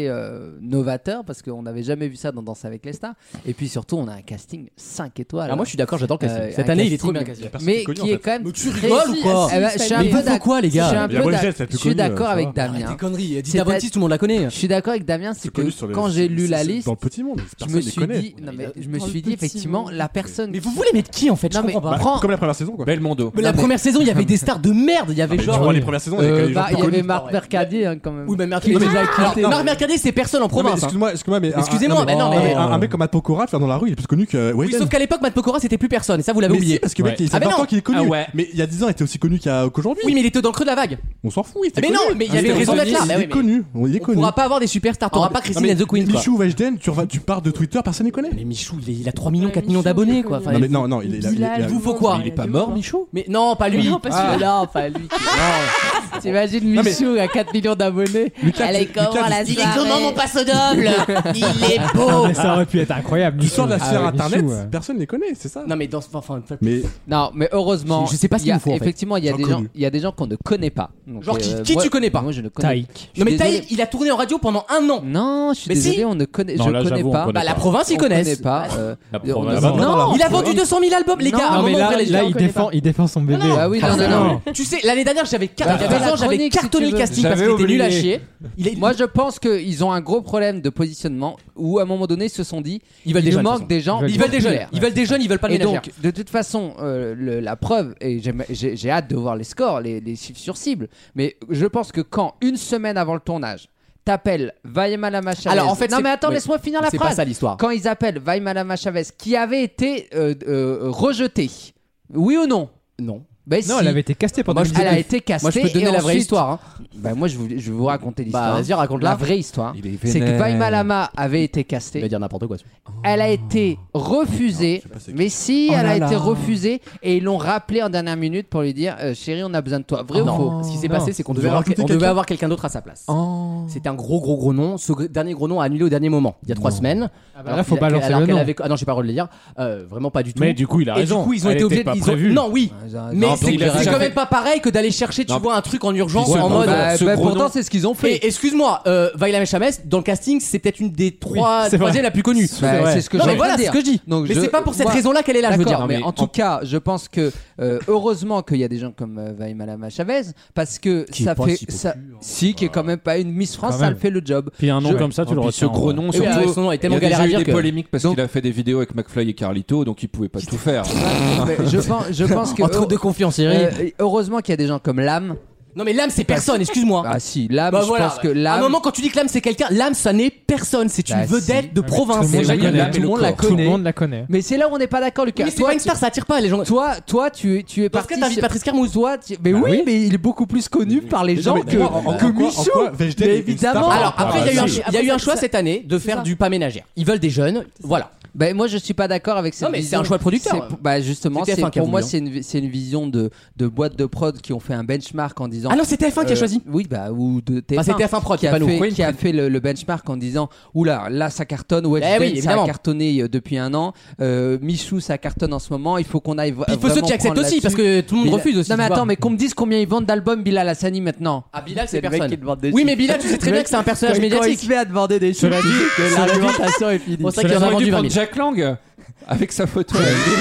novateur parce qu'on n'avait jamais vu ça dans Danse avec les stars. Et puis surtout, on a un casting 5 étoiles. Alors moi je suis d'accord, j'adore le casting. Cette un année il est casting, trop bien casting. mais qui est quand même. Mais tu rigoles ou quoi? Je suis un Mais peu vous faites quoi les je suis gars? un Il y a peu Brigitte, d'ac- c'est la plus je suis connue, d'accord ça avec va. Damien. Des conneries. C'est Dita tout le monde la connaît. Je suis d'accord avec Damien, c'est que quand j'ai lu la liste, Dans le petit monde, je personne me les suis connaît. dit, non mais je me suis dit effectivement la personne. Mais vous voulez mettre qui en fait? Je Non, mais comprends pas. prends- Comme la première saison, quoi. Belmondo. Mais la première saison il y avait des stars de merde. Il y avait Mais genre. durant les premières saisons, il y avait les gens Il plus y avait connus. Marc Mercadier hein, quand même. Oui, mais Marc Qui les a Alors, quittés. Marc Mercadier c'est personne en Non, mais province. hein. excuse-moi, mais Excusez-moi, mais non, mais- un mec comme Matt Pokora, faire dans la rue, il est plus connu que Oui, Whedon. sauf qu'à l'époque Matt Pokora c'était plus personne et ça vous l'avez Mais si, oublié. parce que mec, Ouais. ça Ah, mais fait non. 20 ans qu'il est connu. Ah ouais. Mais il y a 10 ans, il était aussi connu qu'aujourd'hui. Oui mais il était dans le creux de la vague. On s'en fout, il était Mais connu. non, mais il y avait était raison d'être là. connu. Bah Il oui, est mais- connu. Il est On connu. pourra pas avoir des superstars. T'auras pas Christine Non, mais and the Queen quoi. Michou ou Weshden, tu pars de Twitter, personne ne connaît. Mais Michou il a 3 millions, Ouais, 4 millions Michou, d'abonnés c'est quoi. connu. Enfin, Non, mais non, il a. Il vous faut quoi? Il est pas mort, Michou? Mais non, pas lui. Non, pas celui-là. Non, pas lui. Non. T'imagines Michou à 4 millions d'abonnés. Elle est comment la Il est comment mon passe double? Il est beau. Mais ça aurait pu être incroyable. Tu sors de la Michou. sphère Ah ouais, internet, Michou, personne ne les connaît, c'est ça. Non mais dans enfin Mais Non, mais heureusement, Je sais pas ce il y a- qu'il nous faut, en fait. effectivement, il y a Gens des gens, connus. il y a des gens qu'on ne connaît pas. Donc, Genre qui moi- tu connais pas? Moi, je ne connais. Taïk. Je Non mais suis désolé. Taï, il a tourné en radio pendant 1 an. Non, je suis Mais désolé, si. on ne connaît. Non, je là, connais j'avoue, on pas. connaît Bah la pas. province ils On connaissent. connaît pas. La on- province. non, non. Il a vendu 200 000 albums les Non, gars. à un Non mais moment, là, on devrait les là dire. il défend son bébé. Ah oui, non, non, non. Tu sais, l'année dernière, j'avais Bah, fais 2 la ans, j'avais chronique, si cartonné tu le veux. casting parce J'avais qu'il était nul à oublié. chier. Il est- Moi, je pense qu'ils ont un gros problème de positionnement où, à un moment donné, ils se sont dit Ils veulent des il nous jeunes, de manque toute des gens. Ils veulent des jeunes. populaires. Ils veulent des jeunes, ils veulent pas de Et ménagères. donc, de toute façon, la preuve, et j'ai hâte de voir les scores, les chiffres sur cible, mais je pense que quand, une semaine avant le tournage, t'appelles Vaimalama Chavez. Alors, en fait, non c'est- mais attends, oui. laisse-moi finir la C'est phrase. pas ça l'histoire. Quand ils appellent Vaimalama Chavez, qui avait été rejeté, oui ou non? Non. Ben Non, si. elle avait été castée pendant Elle a été castée. Moi je peux te donner et la vraie ensuite- histoire. hein. Ben moi je vais vous raconter l'histoire. Bah vas-y raconte-la. La vraie histoire, Il est c'est que vénère. Vaimalama avait été Il va castée. dire n'importe quoi. Elle a été refusée. Mais si, Oh elle là a là. été refusée et ils l'ont rappelée en dernière minute pour lui dire chérie, on a besoin de toi. Vrai ou faux? Non. Ce qui s'est Non. passé, c'est qu'on Ils devait ont avoir, rajouté on devait quelqu'un. avoir quelqu'un d'autre à sa place. Oh. C'était un gros nom. Ce dernier gros nom a annulé au dernier moment, il y a 3 semaines. Ah bah là, faut balancer alors le qu'elle nom. avait- Ah non, j'ai pas le droit de le dire. Vraiment pas du tout. Mais du coup, il a Et raison. du coup, ils ont Elle été était obligés. pas ils ont- prévue. Non, oui. Mais Non, c'est il a c'est déjà quand fait- même pas pareil que d'aller chercher, tu Non. vois, un truc en urgence Puis en ce- mode. bah, ce gros pourtant, nom- c'est ce qu'ils ont fait. Et excuse-moi, Vaila Chames dans le casting, c'est peut-être une des c'est troisième la plus connue. Bah, c'est ce que Non, j'ai mais voilà, envie c'est de ce que je dis. Donc, Mais c'est pas pour cette moi- raison-là qu'elle est là, je veux D'accord, dire. mais mais en tout cas, je pense que heureusement qu'il y a des gens comme Vaimalama Chavez parce que Qui ça est pas fait si ça, populaire. si qui est quand même pas une Miss France, Quand ça même. le fait le job. Puis un nom Je- comme ça, tu le Puis retiens. ce gros nom, Et oui, surtout. son nom est Il y tellement a galère déjà à eu dire des que. polémiques parce Donc- qu'il a fait des vidéos avec McFly et Carlito, donc il pouvait pas tout faire. Mais je pense que Entre deux confiance, Thierry. heureusement qu'il y a des gens comme Lam. Non, mais l'âme, c'est personne, excuse-moi. Ah si, Lam, Bah je voilà. pense que À un Lam. moment, quand tu dis que l'âme c'est quelqu'un, l'âme ça n'est personne, c'est une Bah, vedette si. de province. tout le monde C'est la oui, connaît. mais tout le monde la Tout le connaît. monde la connaît. Mais c'est là où on n'est pas d'accord, Lucas. Mais c'est pas une star, ça attire pas les gens. Toi, tu es Dans ce parti. cas, t'invites Patrice Carmouze. Mais Bah oui, oui. mais il est beaucoup plus connu par les gens que Michou. Vejden Mais est une évidemment. star. Alors après, il y a eu un- si. il y a eu un Après, choix ça- cette année de faire ça. du pas ménagère. Ils veulent des jeunes, voilà. Ben moi je suis pas d'accord avec cette Non, mais vision. c'est un choix de producteur. Bah justement, C'est TF1 qui a pour moi voulu, c'est une vision de boîte de prod qui ont fait un benchmark en disant. Ah non, c'est TF1 qui a choisi. Oui bah ou de TF1. Enfin, c'est TF1 Prod, qui c'est a pas nous. fait, Oui. qui a fait le benchmark en disant oula là ça cartonne, Weshden Eh oui, ça évidemment. a cartonné depuis un an, Michou ça cartonne en ce moment, il faut qu'on aille. Il faut ceux qui acceptent aussi parce que tout le monde refuse aussi. Non mais tu vois. attends, mais qu'on me dise combien ils vendent d'albums Bilal Hassani maintenant. Ah, Bilal, c'est le mec personne. qui demande des Oui, chiffres. mais Bilal, tu sais très bien que c'est un personnage Quand il médiatique. se met à demander des Cela chiffres, dit- tu dis que l'argumentation est finie. Bon, c'est vrai qu'il y en a J'aurais vendu dû 20 prendre 000. Jack Lang avec sa photo.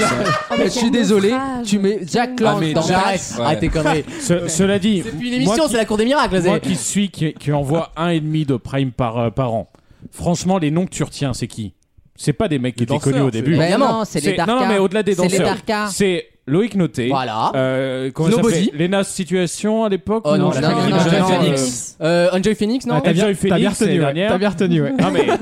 Je suis désolé, tu mets Jack Lang mais dans Jack- Arrête, Ouais. arrête tes conneries. Cela dit, C'est plus une moi émission, qui- c'est la cour des miracles. moi c'est- qui envoie 1,5 de prime par an. Franchement, les noms que tu retiens, c'est qui? C'est pas des mecs qui Les étaient connus danseurs, au début. c'est- Ben Évidemment. non, c'est les Darkas. Non, mais au-delà des C'est les danseurs, Darkas. c'est Loïc Noté. Voilà. Comment ça Nobody. s'appelle Lena Situation à l'époque. Oh non, je non, sais pas non, qui, Enjoy genre, Phoenix. Enjoy Phoenix, non Ah, t'as bien Phoenix, retenu, l'année ouais. dernière. T'as bien retenu, ouais. Non mais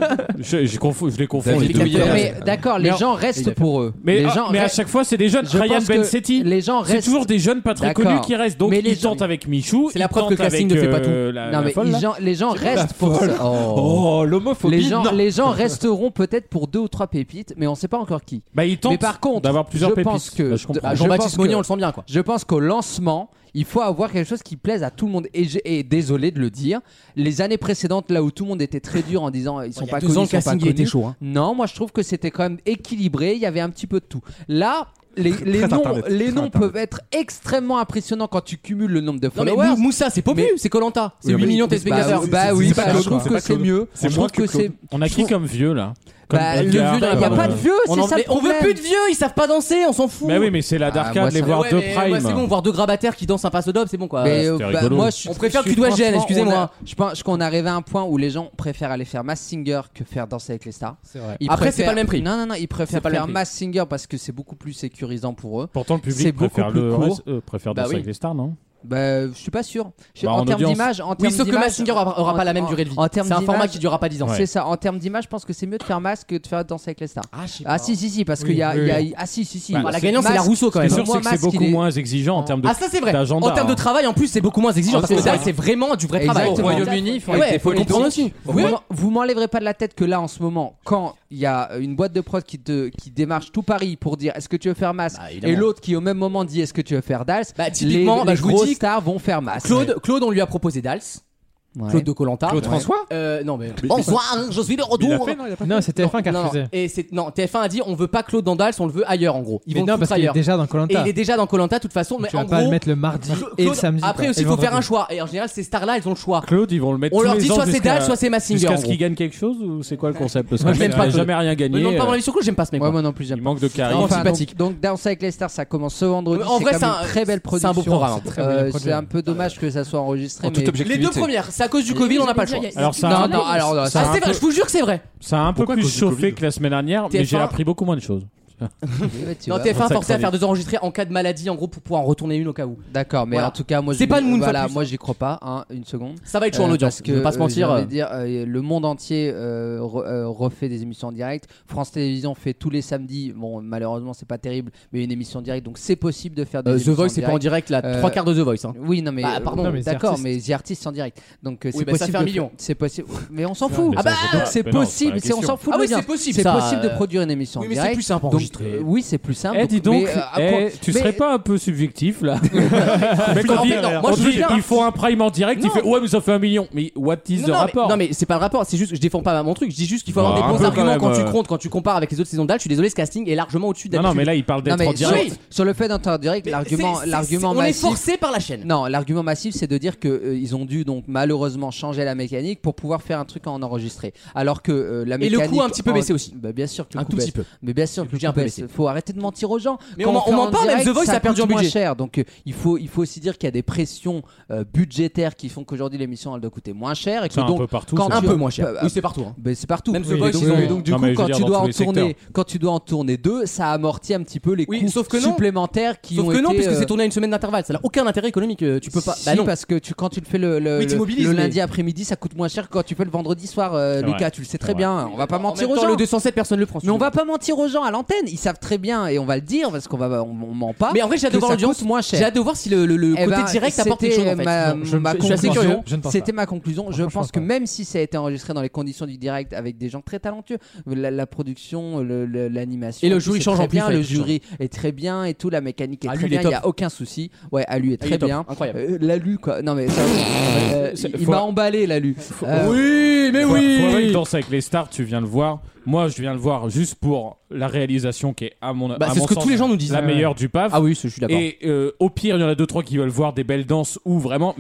je les confonds les deux. Mais d'accord, les gens restent pour eux. Mais, Les gens mais à restent- chaque fois, c'est des jeunes. Je Ryan pense que Bensetti. les gens C'est restent. toujours des jeunes pas très D'accord. connus qui restent. Donc Mais les ils tentent gens- avec Michou. C'est la ils preuve que tentent le casting avec, ne fait pas tout. la Non mais folle, là. les gens restent pour ça. Oh. l'homophobie. Les gens resteront peut-être pour 2 ou 3 pépites, mais on sait pas encore qui. Bah ils tentent Mais par contre, d'avoir plusieurs je pépites. pense que Bah, je comprends. je Jean-Baptiste pense Monnier, que- on le sent bien, quoi. Je pense qu'au lancement, il faut avoir quelque chose qui plaise à tout le monde. Et désolé de le dire, les années précédentes, là où tout le monde était très dur en disant ils sont Il y a pas 2 connus, ans, ils le sont pas casting connus. était chaud. Non, moi je trouve que c'était quand même équilibré. Il y avait un petit peu de tout. Là. Les Très noms, internet, les très noms internet. peuvent être extrêmement impressionnants quand tu cumules le nombre de Non mais followers. Moussa, c'est Popu, Mais- c'est Koh-Lanta. C'est Oui, 8 mais- millions de téléspectateurs. Bah oui, c'est pas bah, je Claude, trouve c'est que pas c'est Claude. mieux. C'est Je moins trouve que que Claude. c'est. On a qui comme vieux là? Bah, Comme le vieux, Bogart, il n'y a comme, pas de vieux, On c'est en- ça le mais on veut problème. plus de vieux, ils savent pas danser, on s'en fout. Mais oui, mais c'est la moi, d'arcade, les ça- voir Ouais, deux mais moi, prime. c'est bon, voir deux grabataires qui dansent un passe dope, c'est bon quoi. Mais c'était rigolo. moi, On préfère je suis Cul Gêne, franchement, excusez-moi. Je pense qu'on arrive à un point où les gens préfèrent aller faire Mass Singer que faire Danser avec les stars. C'est vrai. Ils Après, c'est préfèrent- pas le même prix. Non, ils préfèrent C'est pas le faire même prix. Mass Singer parce que c'est beaucoup plus sécurisant pour eux. Pourtant, le C'est public beaucoup préfère plus le court. préfère Bah danser oui. avec les stars, non? Bah, je suis pas sûr. Bah, en en termes audience. d'image, Oui, sauf que Mass Singer aura pas la même durée de vie. En termes C'est un format d'image- qui durera pas 10 ans. Ouais. C'est ça. En termes d'image, je pense que c'est mieux de faire Mask que de faire Danser avec les stars. Ah, je sais Ah pas. si, parce Oui, qu'il y a, oui, il y a- oui. ah si. Bah, la gagnante, c'est la Mask- Rousseau quand Ce qui même. est sûr, Moi, c'est que c'est Mask, beaucoup il est- moins exigeant en termes de Ah ça c'est vrai. d'agenda. En termes de travail en plus c'est beaucoup moins exigeant parce que c'est là ça. c'est vraiment du vrai travail. Exactement. Au Royaume-Uni, ils font Ouais, avec des faut le comprendre aussi. Oui. Vous m'enlèverez pas de la tête que là en ce moment, quand il y a une boîte de prod qui démarche tout Paris pour dire est-ce que tu veux faire Mask, Bah, évidemment. et l'autre qui au même moment dit est-ce que tu veux faire Dals, Bah, typiquement, les bah, je vous grosses dis, stars vont faire Mask. Claude on lui a proposé Dals. Ouais. Claude de Koh-Lanta. Claude François Non mais bonsoir, je suis de Il l'a retour. fait, non, il a pas Non, c'est TF1 qui a Non, non. refusé. Et TF1 a dit on veut pas Claude dans Dals, on le veut ailleurs en gros. Ils Mais vont non, le parce foutre qu'il est ailleurs. déjà dans Et Koh-Lanta. il est déjà dans Koh-Lanta de toute façon, mais Tu en vas pas le gros mettre le mardi et le Claude- samedi. après quoi. aussi Et il le faut faire un vendredi. choix et en général ces stars là elles ont le choix. Claude, ils vont le mettre On tous leur les dit ans soit c'est jusqu'à- Dals soit c'est Massinger. Jusqu'à en ce gros. qu'il gagne quelque chose ou c'est quoi le concept? Parce Moi, que je l'aime il pas, a Claude. jamais rien Me gagné. demande pas mon avis sur Claude, j'aime pas ce mec. Ouais, moi. moi non plus j'aime Il pas. manque de charisme. Enfin, sympathique. Donc Danser avec les stars, ça commence ce vendredi. En vrai, c'est c'est comme un- une très belle c'est production. un beau programme. Très bel produit. C'est un peu dommage que ça soit enregistré. En toute mais- objectivité. Les deux premières, c'est à cause du Covid, on n'a pas le choix. Alors ça a Non, un- non, alors Ah ça a un c'est vrai, peu- je vous jure que c'est vrai. ça a un peu Pourquoi plus cause du chauffé Covid que la semaine dernière, mais j'ai TF1 appris beaucoup moins de choses. Tu Non, vois. TF1 ça forcé à que faire ça 2 enregistrés en cas de maladie en gros pour pouvoir en retourner une au cas où. D'accord, mais Voilà. en tout cas, moi, C'est pas nous, une fois de voilà, plus. moi, j'y crois pas. Hein, une seconde. Ça va être chaud en audience, Parce que je vais pas se mentir. j'ai envie de dire, le monde entier refait des émissions en direct. France Télévisions fait tous les samedis. Bon, malheureusement, c'est pas terrible, mais une émission en direct. Donc, c'est possible de faire des The émissions Voice en c'est pas en direct là, Euh, 3 quarts de The Voice. Hein. Oui, non, mais Bah, pardon. Non, mais The d'accord, Artist. mais The Artist en direct. Donc, c'est Oui, bah, ça possible. fait un de million. C'est possible. Mais on s'en fout. Mais Ah ça, bah, c'est pas- C'est mais non, possible. c'est pas la On s'en fout. Ah de oui, le c'est dire. possible, C'est ça, possible de produire une émission Oui en mais c'est direct. plus simple Donc, enregistré. oui, c'est plus simple. Eh, dis donc, mais, tu mais- serais pas un peu subjectif là? Mais quand En il fait, non, moi, je veux bien. il faut un prime en direct, il Non. fait ouais, mais ça fait 1 million. Mais what is the Non, rapport? non mais c'est pas le rapport, c'est juste que je défends pas mon truc, je dis juste qu'il faut avoir Ah, des un bons peu arguments quand même, quand tu compares avec les autres saisons d'Al. Je suis désolé, ce casting est largement au-dessus Non, d'habitude. non, mais là il parle Non, d'être en mais direct. sur le fait d'être en direct, Mais l'argument on est massif. forcé par la chaîne. Non, l'argument massif, c'est de dire que ils ont dû donc malheureusement changer la mécanique pour pouvoir faire un truc en enregistré. Alors que la Et le mécanique coût a un petit peu en- baissé aussi. Bah, bien sûr que le Un coût tout baisse. petit peu. Mais bien sûr que le budget un coût peu baisse. baissé. Faut arrêter de mentir aux gens. Mais Quand on fait ment en pas, même direct, The Voice ça a perdu coûte en moins budget. cher. Donc il faut aussi dire qu'il y a des pressions budgétaires qui font qu'aujourd'hui l'émission elle doit coûter moins cher et que C'est un donc peu partout. quand ça. Un tu- peu moins cher. bah, Oui, c'est partout. hein. Ben, c'est partout. Même The Oui, Voice, donc, ils ont- donc, du Non, coup, mais je veux quand dire, tu dans dois tous en les tourner, quand tu dois en tourner 2, ça amortit un petit peu les Oui, coûts sauf que non. supplémentaires qui ont Sauf que non, été, puisque c'est tourné à une semaine d'intervalle. Ça n'a aucun intérêt économique. Tu peux pas. Si, Bah non. parce que quand tu le fais le Oui, t'immobilises, mais- lundi après-midi, ça coûte moins cher que quand tu fais le vendredi soir. Lucas, vrai. tu le sais très C'est bien. On va pas En mentir même aux temps, gens. le 207 personne le prend. Mais on va pas mentir aux gens à l'antenne. Ils savent très bien et on va le dire parce qu'on ment pas. Mais en vrai, j'ai hâte que de voir ça l'audience. coûte moins cher. J'ai hâte de voir si le Eh côté ben, direct apporte quelque c'était chose en fait. ma Je ma suis assez conclusion. curieux. Je ne pense C'était pas. ma conclusion. Je Franchement, pense je que pense même si ça a été enregistré dans les conditions du direct avec des gens très talentueux, la production, l'animation, Et le tout, jury c'est change très en plus, bien. ouais, Le il jury est très bien et tout. La mécanique est Ah, très lui, il est bien. Il y a top. aucun souci. Ouais, Alu est Il est très top. bien. Incroyable. L'alu quoi. Non mais il faut- m'a emballé l'alu. Oui, mais Faudrait que Danse avec les stars, tu viens le voir. Moi, je viens le voir juste pour la réalisation qui est à mon Bah, à c'est mon ce que sens, tous les gens nous disent. la Ouais. meilleure du PAF. Ah oui, je suis d'accord. Et au pire, il y en a 2-3 qui veulent voir des belles danses ou vraiment, mais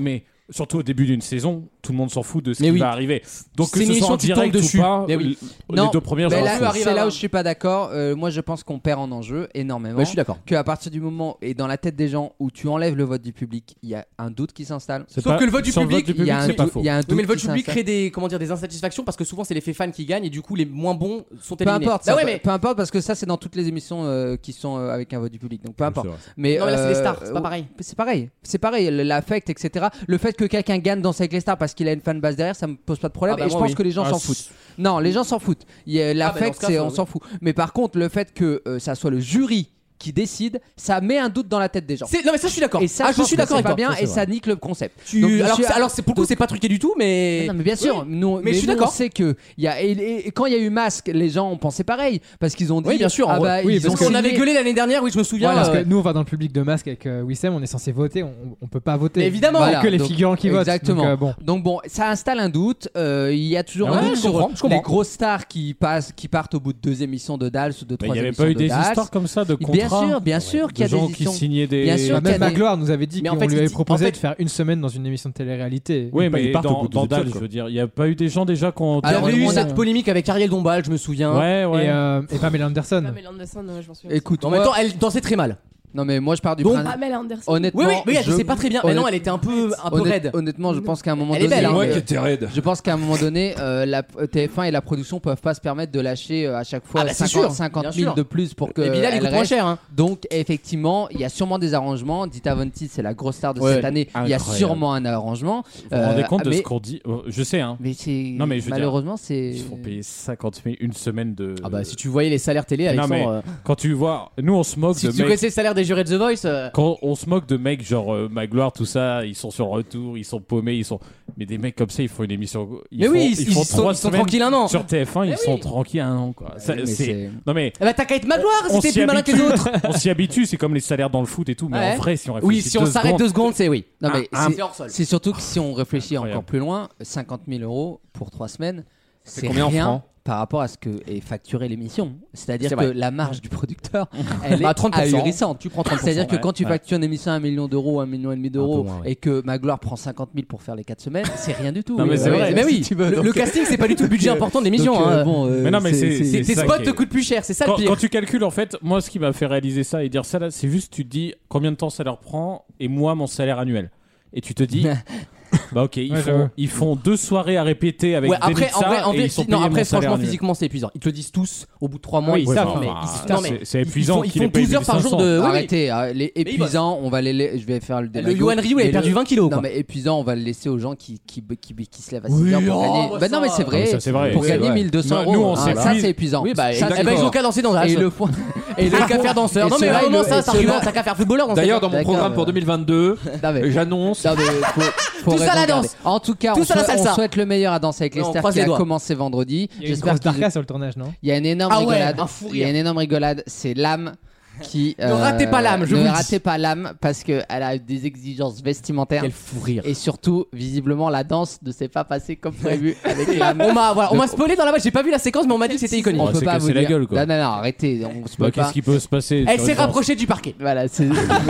surtout au début d'une saison, tout le monde s'en fout de ce Mais qui oui. va arriver. Donc C'est que une ce soit émission en qui tombe direct dessus. ou pas, Mais oui. les Non, deux premières mais j'en là, fous. arrive c'est là avant. où je suis pas d'accord. Moi, je pense qu'on perd en enjeu énormément. Ouais, je suis d'accord. Qu'à partir du moment et dans la tête des gens où tu enlèves le vote du public, il y a un doute qui s'installe. C'est Sauf pas- que le vote du sur public, Il y a un c'est pas doute- faux. il y a un Oui, doute mais le vote qui public s'installe. crée des insatisfactions parce que souvent c'est l'effet fan qui gagne et du coup les moins bons sont Peu éliminés. importe, Bah ça, ouais, mais peu importe parce que ça c'est dans toutes les émissions qui sont avec un vote du public, donc peu importe. C'est vrai. Mais non, mais là c'est les stars, c'est pas pareil. C'est pareil, l'affect, etc. Le fait que quelqu'un gagne Danse avec les stars parce qu'il a une fan base derrière, ça me pose pas de problème. Ah bah et je moi, pense oui. que les gens Ah, s'en foutent. Non, les gens s'en foutent. L'affect, dans ce cas, on ça, s'en fout. Mais par contre, le fait que ça soit le jury qui décide, ça met un doute dans la tête des gens. Non mais ça je suis d'accord. Et ça, je suis d'accord avec pas toi. bien Ça, c'est et vrai. ça nique le concept. Donc, je Alors, suis- alors c'est pour le coup c'est pas truqué du tout mais. Non mais bien sûr, Oui. nous, Mais je suis nous, d'accord. On sait que il y a et quand il y a eu Masque, les gens ont pensé pareil parce qu'ils ont dit Oui, bien sûr, ah bah oui, ils parce ont que- On avait signé. gueulé l'année dernière, oui je me souviens. Ouais, parce que nous on va dans le public de Masque avec Wissem, on est censé voter, on peut pas voter. Mais évidemment. Il y a Voilà, que les donc, figurants qui votent. exactement. Donc, Donc bon, ça installe un doute. Il y a toujours Ah un ouais, doute je sur comprends. les grosses stars qui partent au bout de 2 émissions de Dals ou de 3 Il n'y avait émissions pas eu de des Dals. histoires comme ça de contrats. Bien sûr qu'il y a de gens des qui émissions. signaient des. Bien sûr. Même qu'il y a des- Magloire nous avait dit Mais qu'on en fait, lui avait il dit- proposé en fait- de faire une semaine dans une émission de télé-réalité. Oui, Ils mais partent au bout dans de 12 Dalle, épisodes, je quoi. veux dire, il n'y a pas eu des gens déjà qui ont. Il y Alors, avait eu on a- cette polémique avec Ariel Dombal, je me souviens. Ouais, ouais. Et Pamela Anderson. Pamela Anderson, je m'en souviens. Écoute, En même moi- temps, elle dansait très mal. non mais moi je pars du Donc- principe. Pamela Anderson. Honnêtement, Oui, elle je- dansait pas très bien. Mais non, elle était un peu raide. Honnêtement, je pense qu'à un moment Elle est donné, belle, hein. Moi qui étais raide. je pense qu'à un moment donné, la TF1 et la production peuvent pas se permettre de lâcher à chaque fois Ah bah, c'est 50 sûr, 50 bien 000 sûr. de plus pour que Et Bilal il elle coûte moins reste. cher. Hein. Donc effectivement, il y a sûrement des arrangements. Dita Von Teese, c'est la grosse star de Ouais. cette année. Il y a Incroyable. sûrement un arrangement. Vous vous rendez compte de mais, ce qu'on dit Je sais, hein. mais c'est Non, mais je veux dire, malheureusement c'est. Ils se font payer 50 000 une semaine de. Ah bah si tu voyais les salaires télé, Non, mais Alexandre. quand tu vois, nous on se moque Si de tu mecs. connaissais le salaire des jurés de The Voice. Quand on se moque de mecs genre Magloire, tout ça, ils sont sur le retour, ils sont paumés, ils sont. Mais des mecs comme ça, ils font une émission. Mais oui, ils sont 3 semaines tranquilles un an. sur TF1, ils Mais sont oui. tranquilles un an, quoi. Ça, mais c'est- c'est- Non mais. Eh bah t'as qu'à être Magloire on si t'es s'y plus malin que les habitue. autres. On s'y habitue, c'est comme les salaires dans le foot et tout, mais Ouais. en vrai, si on réfléchit Oui, si on s'arrête 2 secondes, c'est oui. Non mais Ah, c'est- c'est hors sol. c'est surtout que si on réfléchit Incroyable. encore plus loin, 50 000 € pour 3 semaines, c'est combien en rien francs par rapport à ce que est facturé l'émission. C'est-à-dire C'est que vrai. la marge du producteur, elle Bah, est 30%. ahurissante. Tu prends 30%. C'est-à-dire que ouais, quand tu ouais. factures une émission à 1 million d'euros, 1,5 million d'euros, Un peu moins, ouais. et que Magloire prend 50 000 pour faire les 4 semaines, c'est rien du tout. Non, mais c'est Ouais, vrai. Mais oui, Si tu veux, le donc- casting c'est pas du tout le budget important de l'émission. donc, hein. bon, Mais non, mais c'est- Tes ça spots qui te est- coûtent plus cher, c'est ça le Quand, pire. quand tu calcules, en fait, moi, ce qui m'a fait réaliser ça et dire ça, là, c'est juste, tu te dis combien de temps ça leur prend et moi, mon salaire annuel. Et tu te dis, bah ok, Ouais, j'avoue. ils font 2 soirées à répéter avec Ouais, après, Denitsa en vrai, et ils sont non, payés après mon salaire franchement, annuel. physiquement, c'est épuisant. Ils te le disent tous au bout de 3 mois. Oui, ils ça, savent, enfin, mais putain, non, mais c'est épuisant Ils qu'il font ait payé 12 heures par jour 1500. de. Oui, oui. Arrêtez, les épuisants, on va je vais faire le débat. Le Yoann Ryu, il a Mais perdu 20 kilos. Non quoi. mais épuisant, on va le laisser aux gens qui se lèvent à 6 Oui, heures pour oh, gagner. bah Bah non ça. mais c'est Ah, mais vrai. ça, c'est vrai. Pour C'est gagner vrai. 1200 Nous, euros. on s'est ça pris- c'est épuisant. Oui, bah, Ça, eh ben, ils d'accord. ont qu'à danser dans un Et le fond. Et le qu'à faire danseur. et Non, mais cela, vraiment, et ça, cela- c'est argument. T'as qu'à faire footballeur dans D'ailleurs, dans mon D'accord, programme pour 2022, Non, mais- j'annonce. non, mais faut Tous à la raison garder. danse. En tout cas, Tous on à la souhaite, salsa. on souhaite le meilleur à Danser avec les Non, on stars croise qui les a doigts. commencé vendredi. Il y a une J'espère grosse qu'ils- darka sur le tournage, non? Il y a une énorme Ah ouais, rigolade. un fou Il y a une énorme rigolade. C'est l'âme qui. Ne ratez pas l'âme, je vous Ne le dis. ratez pas l'âme parce qu'elle a des exigences vestimentaires. Quel fou rire. Et surtout, visiblement, la danse ne s'est pas passée comme prévu avec l'âme. On m'a spoilé dans la boîte. J'ai pas vu la séquence, mais on m'a dit que c'était iconique. On Oh, peut c'est pas cassé vous la dire. gueule, quoi. Non, arrêtez. On se Bah, peut pas. qu'est-ce qui peut se passer Elle sur s'est une danse rapprochée du parquet. Voilà, c'est.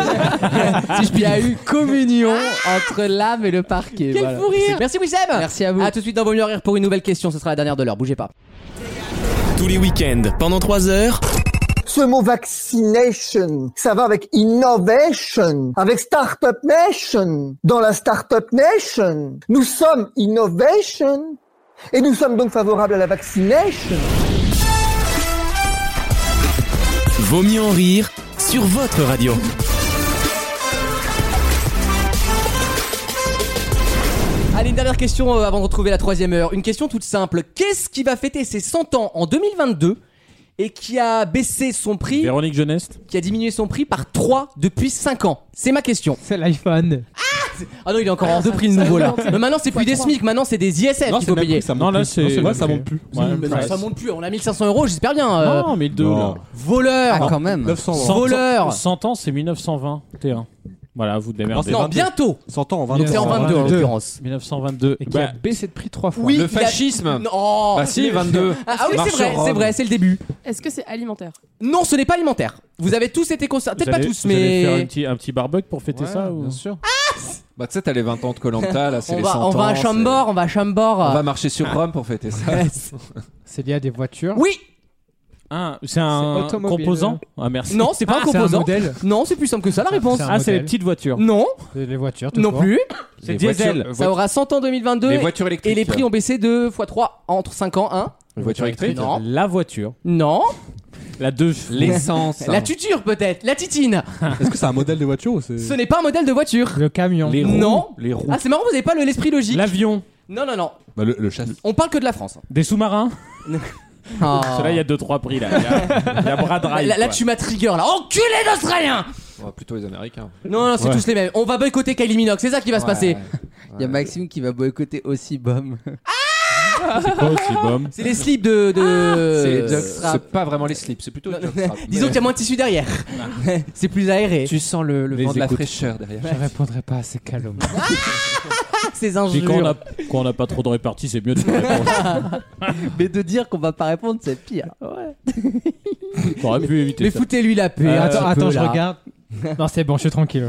Si il y a eu communion entre l'âme et le parquet. Quel voilà. fou rire. Merci Wissem. Merci à vous. A tout de suite dans Vaut mieux en rire pour une nouvelle question. Ce sera la dernière de l'heure. Bougez pas. Tous les week-ends, pendant 3 heures, Ce mot vaccination, ça va avec innovation, avec Startup Nation. Dans la Startup Nation, nous sommes innovation et nous sommes donc favorables à la vaccination. Vaut mieux en rire sur votre radio. Allez, une dernière question avant de retrouver la troisième heure. Une question toute simple. Qu'est-ce qui va fêter ses 100 ans en 2022 et qui a baissé son prix, Véronique Jeuneste. qui a diminué son prix par 3 depuis 5 ans? C'est ma question. C'est l'iPhone. Ah non, il est encore en 2 prix le nouveau là. Mais maintenant, c'est plus des SMIC, maintenant c'est des ISF Non, qu'il c'est faut le même payer. prix, ça monte Non, là, plus. c'est- Non, le ouais, même ça prix. monte plus. Oui, mais non, ça monte plus. On a 1500 euros, j'espère bien. Non, 1002 là. Voleur. Ah, quand même. 900 100 Voleur. 100 ans, c'est 1921. Voilà, vous démerdez. Non, 22. bientôt. 100 ans en 22. C'est en 22 en 22. l'occurrence. 1922. Et qui a Bah, baissé de prix 3 fois. Oui, Le il a- fascisme. Non, oh, Bah si, 22. Ah oui, Marche c'est vrai, sur Rome. c'est vrai, c'est le début. Est-ce que c'est alimentaire? Non, ce n'est pas alimentaire. Vous avez tous été concernés, peut-être pas tous, Vous allez faire mais un petit barbecue pour fêter ça ou... Bien sûr. Bah, tu sais, t'as les 20 ans de Koh-Lanta, là, c'est les 100 ans. On va à Chambord, On va marcher sur Rome pour fêter ça. C'est lié à des voitures. Oui. C'est un automobile. composant. Ah merci. Non, c'est pas un c'est un composant. modèle. Non, c'est plus simple que ça la réponse. c'est un Ah, c'est les modèle. petites voitures. Non, Les voitures, tout non court. plus. C'est Les diesel. voitures- Ça aura 100 ans en 2022 Les voitures électriques. et les prix ont baissé 2 x 3 entre 5 ans. Les voitures électriques. Non. La voiture. Non. La 2 chevaux. L'essence. La tuture peut-être, la titine. Est-ce que c'est un modèle de voiture ou c'est. Ce n'est pas un modèle de voiture. Le camion. Les roues. Non. Les roues. Ah c'est marrant, vous avez pas l'esprit logique. L'avion. Non, non, non. Bah, le châssis. On parle que de la France. Des sous-marins. Oh. Cela, il y a 2-3 prix là. Il y a Brad Drive. Là, tu m'as trigger là. Enculé d'Australien. Ouais, plutôt les Américains. Non, non, c'est tous les mêmes. On va boycotter Kylie Minogue, c'est ça qui va se passer. Il y a Maxime qui va boycotter aussi Bum. C'est quoi aussi, Bom? C'est les slips de. C'est pas vraiment les slips, c'est plutôt le jockstrap. Disons qu'il y a moins de tissu derrière. C'est plus aéré. Tu sens le Les vent de la écoutes. fraîcheur derrière. Je répondrai pas à ces calomnies. Ces Puis injures. quand on n'a pas trop de répartie, c'est mieux de pas répondre. Mais de dire qu'on va pas répondre, c'est pire. Ouais. T'aurais pu éviter Mais ça. foutez-lui la paix. un petit Attends, peu, je là. regarde. Non, c'est bon, je suis tranquille.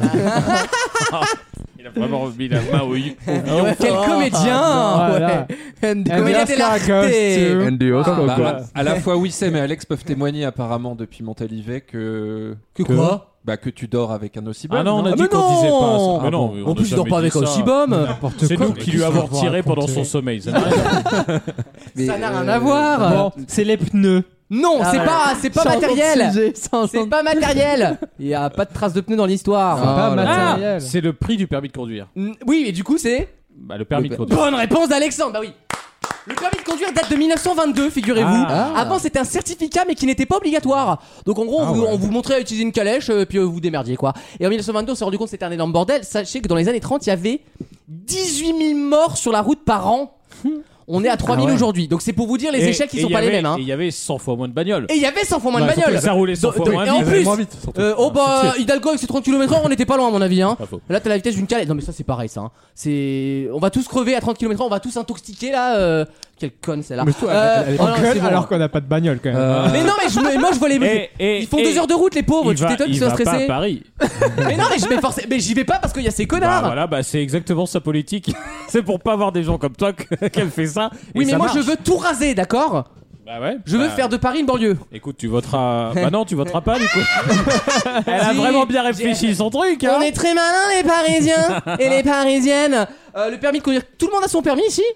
Il a vraiment mis la main au Quel comédien. Voilà. Comédien de l'arté. Bah, à la fois Wissem et Alex peuvent témoigner apparemment depuis Montalivet que quoi bah que tu dors avec un Ossibum. Ah non, on a Ah, dit mais qu'on disait pas ça. non. Mais non, En plus, il dort pas avec Ossibum. N'importe C'est quoi. nous qui lui avons tiré pendant son sommeil. Ça n'a rien. Ça n'a rien à voir. Bon, c'est les pneus. Non, Ah c'est pas matériel. C'est pas matériel. Il y a pas de trace de pneus dans l'histoire. Pas Ah, matériel. c'est le prix du permis de conduire. Oui, et du coup, c'est. Bah, le permis de conduire. Bonne réponse d'Alexandre. Bah oui. Le permis de conduire date de 1922, figurez-vous. Avant, c'était un certificat, mais qui n'était pas obligatoire. Donc, en gros, on vous montrait à utiliser une calèche, puis vous démerdiez, quoi. Et en 1922, on s'est rendu compte que c'était un énorme bordel. Sachez que dans les années 30, il y avait 18 000 morts sur la route par an. On est à 3 000 aujourd'hui. Donc, c'est pour vous dire les échelles qui sont pas les mêmes. Hein. Et il y avait 100 fois moins de bagnoles. Et il y avait 100 fois moins de bagnoles. Ça roulait 100 fois moins Et en vite. plus, moins vite, surtout. oh bah, Hidalgo avec ses 30 km/h, on n'était pas loin à mon avis. Hein. Pas faux. Là, t'as la vitesse d'une calèche. Non, mais ça, c'est pareil, ça. Hein. C'est, on va tous crever à 30 km/h, on va tous intoxiquer là. Quelle conne celle-là. Mais toi, elle est oh non, c'est bon. Alors qu'on n'a pas de bagnole quand même. Mais non, mais moi je vois les. Ils font 2 heures de route, les pauvres. Tu t'étonnes qu'ils soient Il va pas stressés. à Paris. Mais non, mais j'y vais pas parce qu'il y a ces connards. Bah voilà, bah c'est exactement sa politique. C'est pour pas avoir des gens comme toi qu'elle fait ça. Oui, et mais ça moi marche. je veux tout raser, d'accord. Bah ouais. Je veux faire de Paris une banlieue. Écoute, tu voteras. Bah non, tu voteras pas du coup. Elle a Si, vraiment bien réfléchi son truc. Hein. On est très malins les Parisiens et les Parisiennes. Le permis de conduire, tout le monde a son permis ici?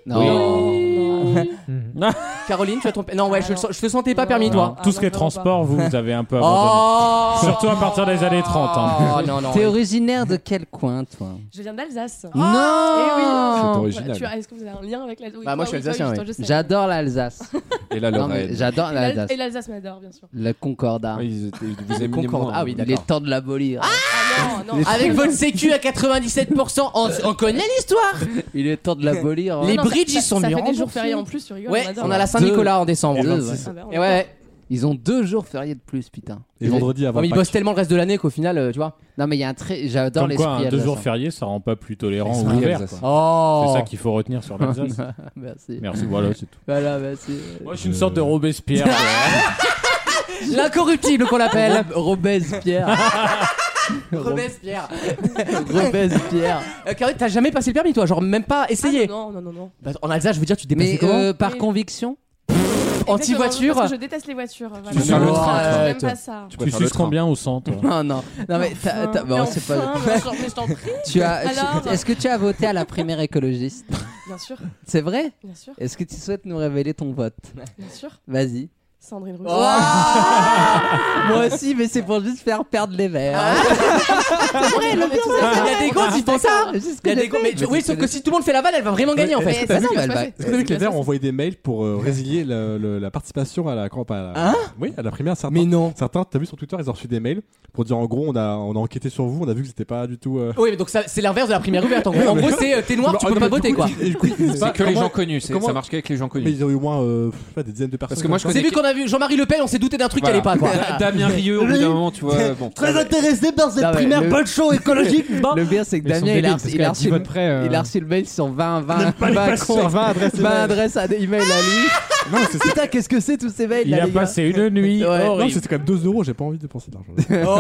Caroline, tu as ton permis? Non, ouais, je te sentais pas permis toi. Tout ce qui est transport, vous avez un peu Oh. abandonné. Surtout à partir des années 30. Hein. Oh non, non. T'es originaire de quel coin, toi? Je viens d'Alsace. Non. Eh oui. C'est original. Est-ce que vous avez un lien avec l'Alsace? Bah, moi, je suis alsacien, toi, oui. je sais. J'adore l'Alsace. Et la Non, mais Lorraine. j'adore l'Alsace. Et l'Alsace m'adore, bien sûr. Le Concordat. Vous aimez Concorde. Ah oui, Il d'accord. est temps de l'abolir. Ah non, non. Avec votre sécu à 97%, on connaît l'histoire. Il est temps de l'abolir. Les Non, bridges, ça- ils sont ça mieux fait des jours remboursés. fériés en plus, tu rigoles. Ouais, adore. on a la Saint-Nicolas en décembre. Deux, Ouais. ouais. Ah bah, on Et ouais. Ils ont 2 jours fériés de plus, putain. Et vendredi avant. Comme ils Pâques. bossent tellement le reste de l'année qu'au final, tu vois. Non, mais il y a un très. J'adore Comme quoi, l'esprit 2 jours alsacien. fériés, ça rend pas plus tolérant ou Esprit ouvert. alsacien. quoi. Oh. C'est ça qu'il faut retenir sur l'Alsace. Merci. Merci, voilà, c'est tout. Voilà, merci. Moi, je suis une sorte de Robespierre. L'incorruptible qu'on l'appelle. Robespierre. Robespierre. Robespierre. Caroline, t'as jamais passé le permis toi? Genre même pas essayé? Non, non, non, non. Bah, en Alsace, je veux dire, tu te déplaçais Mais comment? par Oui. conviction. Anti-voiture? Parce que je déteste les voitures. Voilà. Tu préfères le train, Je toi. n'aime pas ça. Tu suces combien au centre? Non, non. Non, mais bon, c'est pas. Mais je t'en prie. Tu as. Alors Est-ce que tu as voté à la primaire écologiste? Bien sûr, C'est vrai? bien sûr, Est-ce que tu souhaites nous révéler ton vote? bien sûr. Vas-y. Sandrine Rousseau. Moi aussi, mais c'est pour juste faire perdre les verres. Il y a des gosses, ils font ça. Il y a des gosses, mais oui, sauf que si tout le monde fait la vanne, elle va vraiment gagner en fait. Mais ça, non, c'est mais ce elle qui va va- se Est-ce que vous savez que les Verts ont passer. envoyé des mails pour résilier la participation à la campagne? Hein? Oui, à la primaire. Certains, Mais non. Certains, t'as vu sur Twitter, ils ont reçu des mails pour dire en gros, on a enquêté sur vous, on a vu que c'était pas du tout. Oui, mais donc ça, c'est l'inverse de la primaire ouverte. En gros, c'est t'es noir, tu peux pas voter quoi. C'est que les gens connus. comment- Ça marche qu'avec les gens Mais connus. ils ont eu au moins des dizaines de personnes. Parce que moi, je comme C'est connais vu qu'on a vu Jean-Marie Le Pen, on s'est douté d'un truc qui allait pas quoi. Damien Rieu, au bout d'un moment, tu vois. Bon. Très intéressé par cette Non, mais primaire le- bonne show écologique. Le pire, c'est que Mais ils sont Damien, il a débiles, parce il qu'à a 10 reçu votes près, il a reçu le mail sur 20 sur 20 adresses. 20 adresses à email à lui. Non, c'est Putain, qu'est-ce que c'est tous ces mails Il là, a les gars. passé une nuit non, horrible. c'était quand même 2 €, j'ai pas envie de dépenser de l'argent.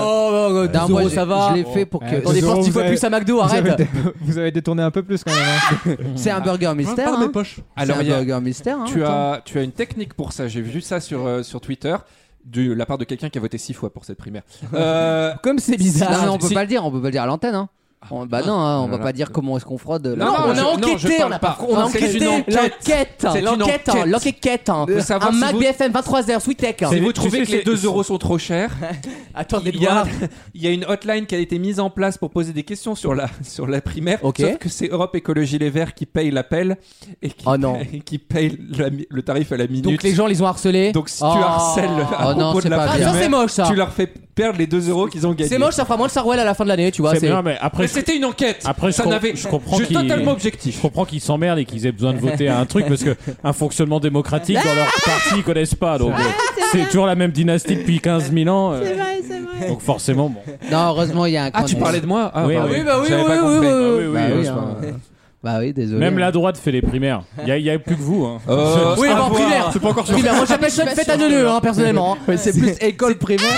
Oh, 2 Non, moi, euros, ça va. Je l'ai fait pour que. Ouais, On dépense 10 vous fois avez- plus à McDo, Vous avez, arrête. vous avez détourné un peu plus quand même. Hein. C'est un burger mystère. Pas dans mes Hein. poches. C'est Alors, un il y a- burger mystère. Hein, Tu attends. as une technique pour ça. J'ai vu ça sur Twitter de la part de quelqu'un qui a voté 6 fois pour cette primaire. Comme c'est bizarre. Non, mais on peut Si- pas le dire. On peut pas le dire à l'antenne. Hein. Bah non, hein, on va Voilà. pas dire comment est-ce qu'on fraude. Non, Non, on je- a non, enquêté, je parle on a pas. on a Non, c'est enquêté, une enquête. l'enquête, C'est une l'enquête, enquête. l'enquête, De savoir un si Mac vous- BFM 23h, Sweet Tech. Si vous tu trouvez sais, que les c'est- 2 € sont trop chers, Attendez de il y, a, voir. il y a une hotline qui a été mise en place pour poser des questions sur la primaire. Ok. Sauf que c'est Europe Écologie Les Verts qui paye l'appel et qui, Oh non. et qui paye le tarif à la minute. Donc les gens les ont harcelés. Donc si Oh. tu harcèles à Oh non, propos c'est de la pas Ah, primaire, ça c'est moche ça. tu leur fais perdre les 2 € qu'ils ont gagnés. C'est moche, ça fera moins de Sarwell à la fin de l'année, tu vois. C'est c'est- bien, mais après, Mais c'était une enquête. Après, ça n'avait. je comprends Je suis qu'ils- totalement objectif. Je comprends qu'ils s'emmerdent et qu'ils aient besoin de voter à un truc parce que un fonctionnement démocratique dans leur parti ils connaissent pas. Donc c'est toujours la même dynastie depuis 15 000 ans. C'est vrai, c'est vrai. Donc forcément, bon. Non, heureusement, il y a un. Ah, tu parlais de moi Oui, pardon. oui, bah oui, J'avais oui, pas oui, compris. oui, Bah oui, Bah oui, c'est hein. pas- Bah oui, désolé. Même la droite fait les primaires. Il y a plus que vous. Hein. Oui, à mais en voir. primaire. C'est pas encore sûr. Primaire, moi j'appelle ça une fête à neuneux, hein, personnellement. hein. C'est plus école primaire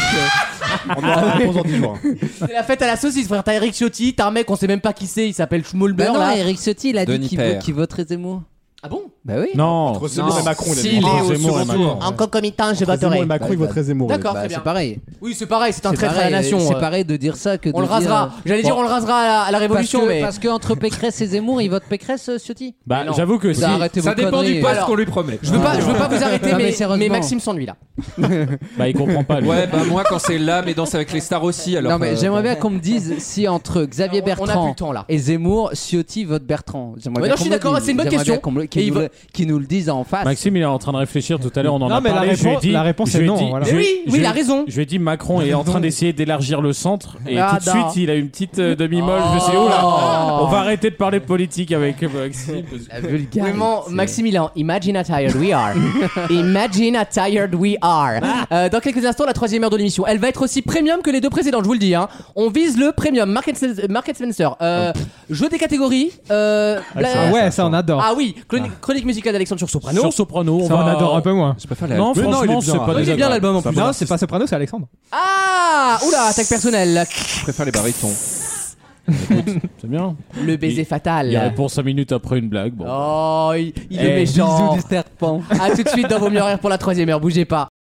On aura la réponse dans 10 jours. C'est la fête à la saucisse, frère. T'as Eric Ciotti, t'as un mec, on sait même pas qui c'est, il s'appelle Bah Schmolber non, là. Eric Ciotti, il a dit Denis qu'il Père. voterait Zemmour. Ah bon? Bah oui. Non. Entre Zemmour et Macron, Si, il il est a au Zemmour et second Macron. tour. En concomitant, je Zemmour voterai. et Macron, ils voteraient Zemmour. D'accord, Bah, très bien. c'est pareil. Oui, c'est pareil, c'est un C'est traître à la pareil, nation. C'est pareil de dire ça que de On le dire, rasera. J'allais dire, on le rasera à la Révolution, parce que, mais. parce que entre Pécresse et Zemmour, il vote Pécresse, Ciotti. Bah Mais non. j'avoue que si. Arrêtez Ça vos dépend conneries. du poste Alors, qu'on lui promet. Je veux pas vous arrêter, Non, mais mais sérieusement. Maxime s'ennuie là. Bah il comprend pas. Lui. Ouais, bah moi quand c'est là, mais danse avec les stars aussi. Alors, Non mais j'aimerais bien qu'on me dise si entre Xavier On a plus Bertrand le temps là. et Zemmour, Ciotti vote Bertrand. J'aimerais Ouais, bien non, je suis qu'on me le d'accord, dise. c'est une bonne J'aimerais question. bien qu'on me le- Et qu'il il nous, qu'il nous le dise en face. Maxime il est en train de réfléchir tout à l'heure. On en Non, a mais la parlé. Je lui ai réponse- dit- la réponse je lui ai est non, dit- voilà. je lui ai- Mais oui, je oui, lui il ai- a raison. Je lui ai dit Macron est en train d'essayer d'élargir le centre et Ah, tout de non. suite il a une petite demi-molle. Je me suis dit, oh là, on va arrêter de parler de politique avec Maxime. La vulgarité. Vraiment, Maxime, il est en Imagine how tired we are. Imagine how tired we are. Dans quelques instants, la troisième heure de l'émission. Elle va être aussi premium que les deux précédentes, je vous le dis. Hein. On vise le premium. Mark and Spencer. Jeu des catégories. Ah ouais, ça on adore. Ah oui, chronique musicale d'Alexandre sur Soprano. Sur Soprano, on Ça on va. adore un peu moins. Je préfère les. Non, Mais non, franchement, il est c'est bien. pas Il est bien l'album en plus. Non, c'est pas Soprano, c'est Alexandre. Ah, oula, attaque personnelle. Je préfère les barytons. C'est bien. Le baiser fatal. Il répond 5 minutes après une blague. Bon. Oh, il Eh, est méchant. Bisous du serpent. A tout de suite dans Vos mieux en rire pour la troisième heure. Bougez pas.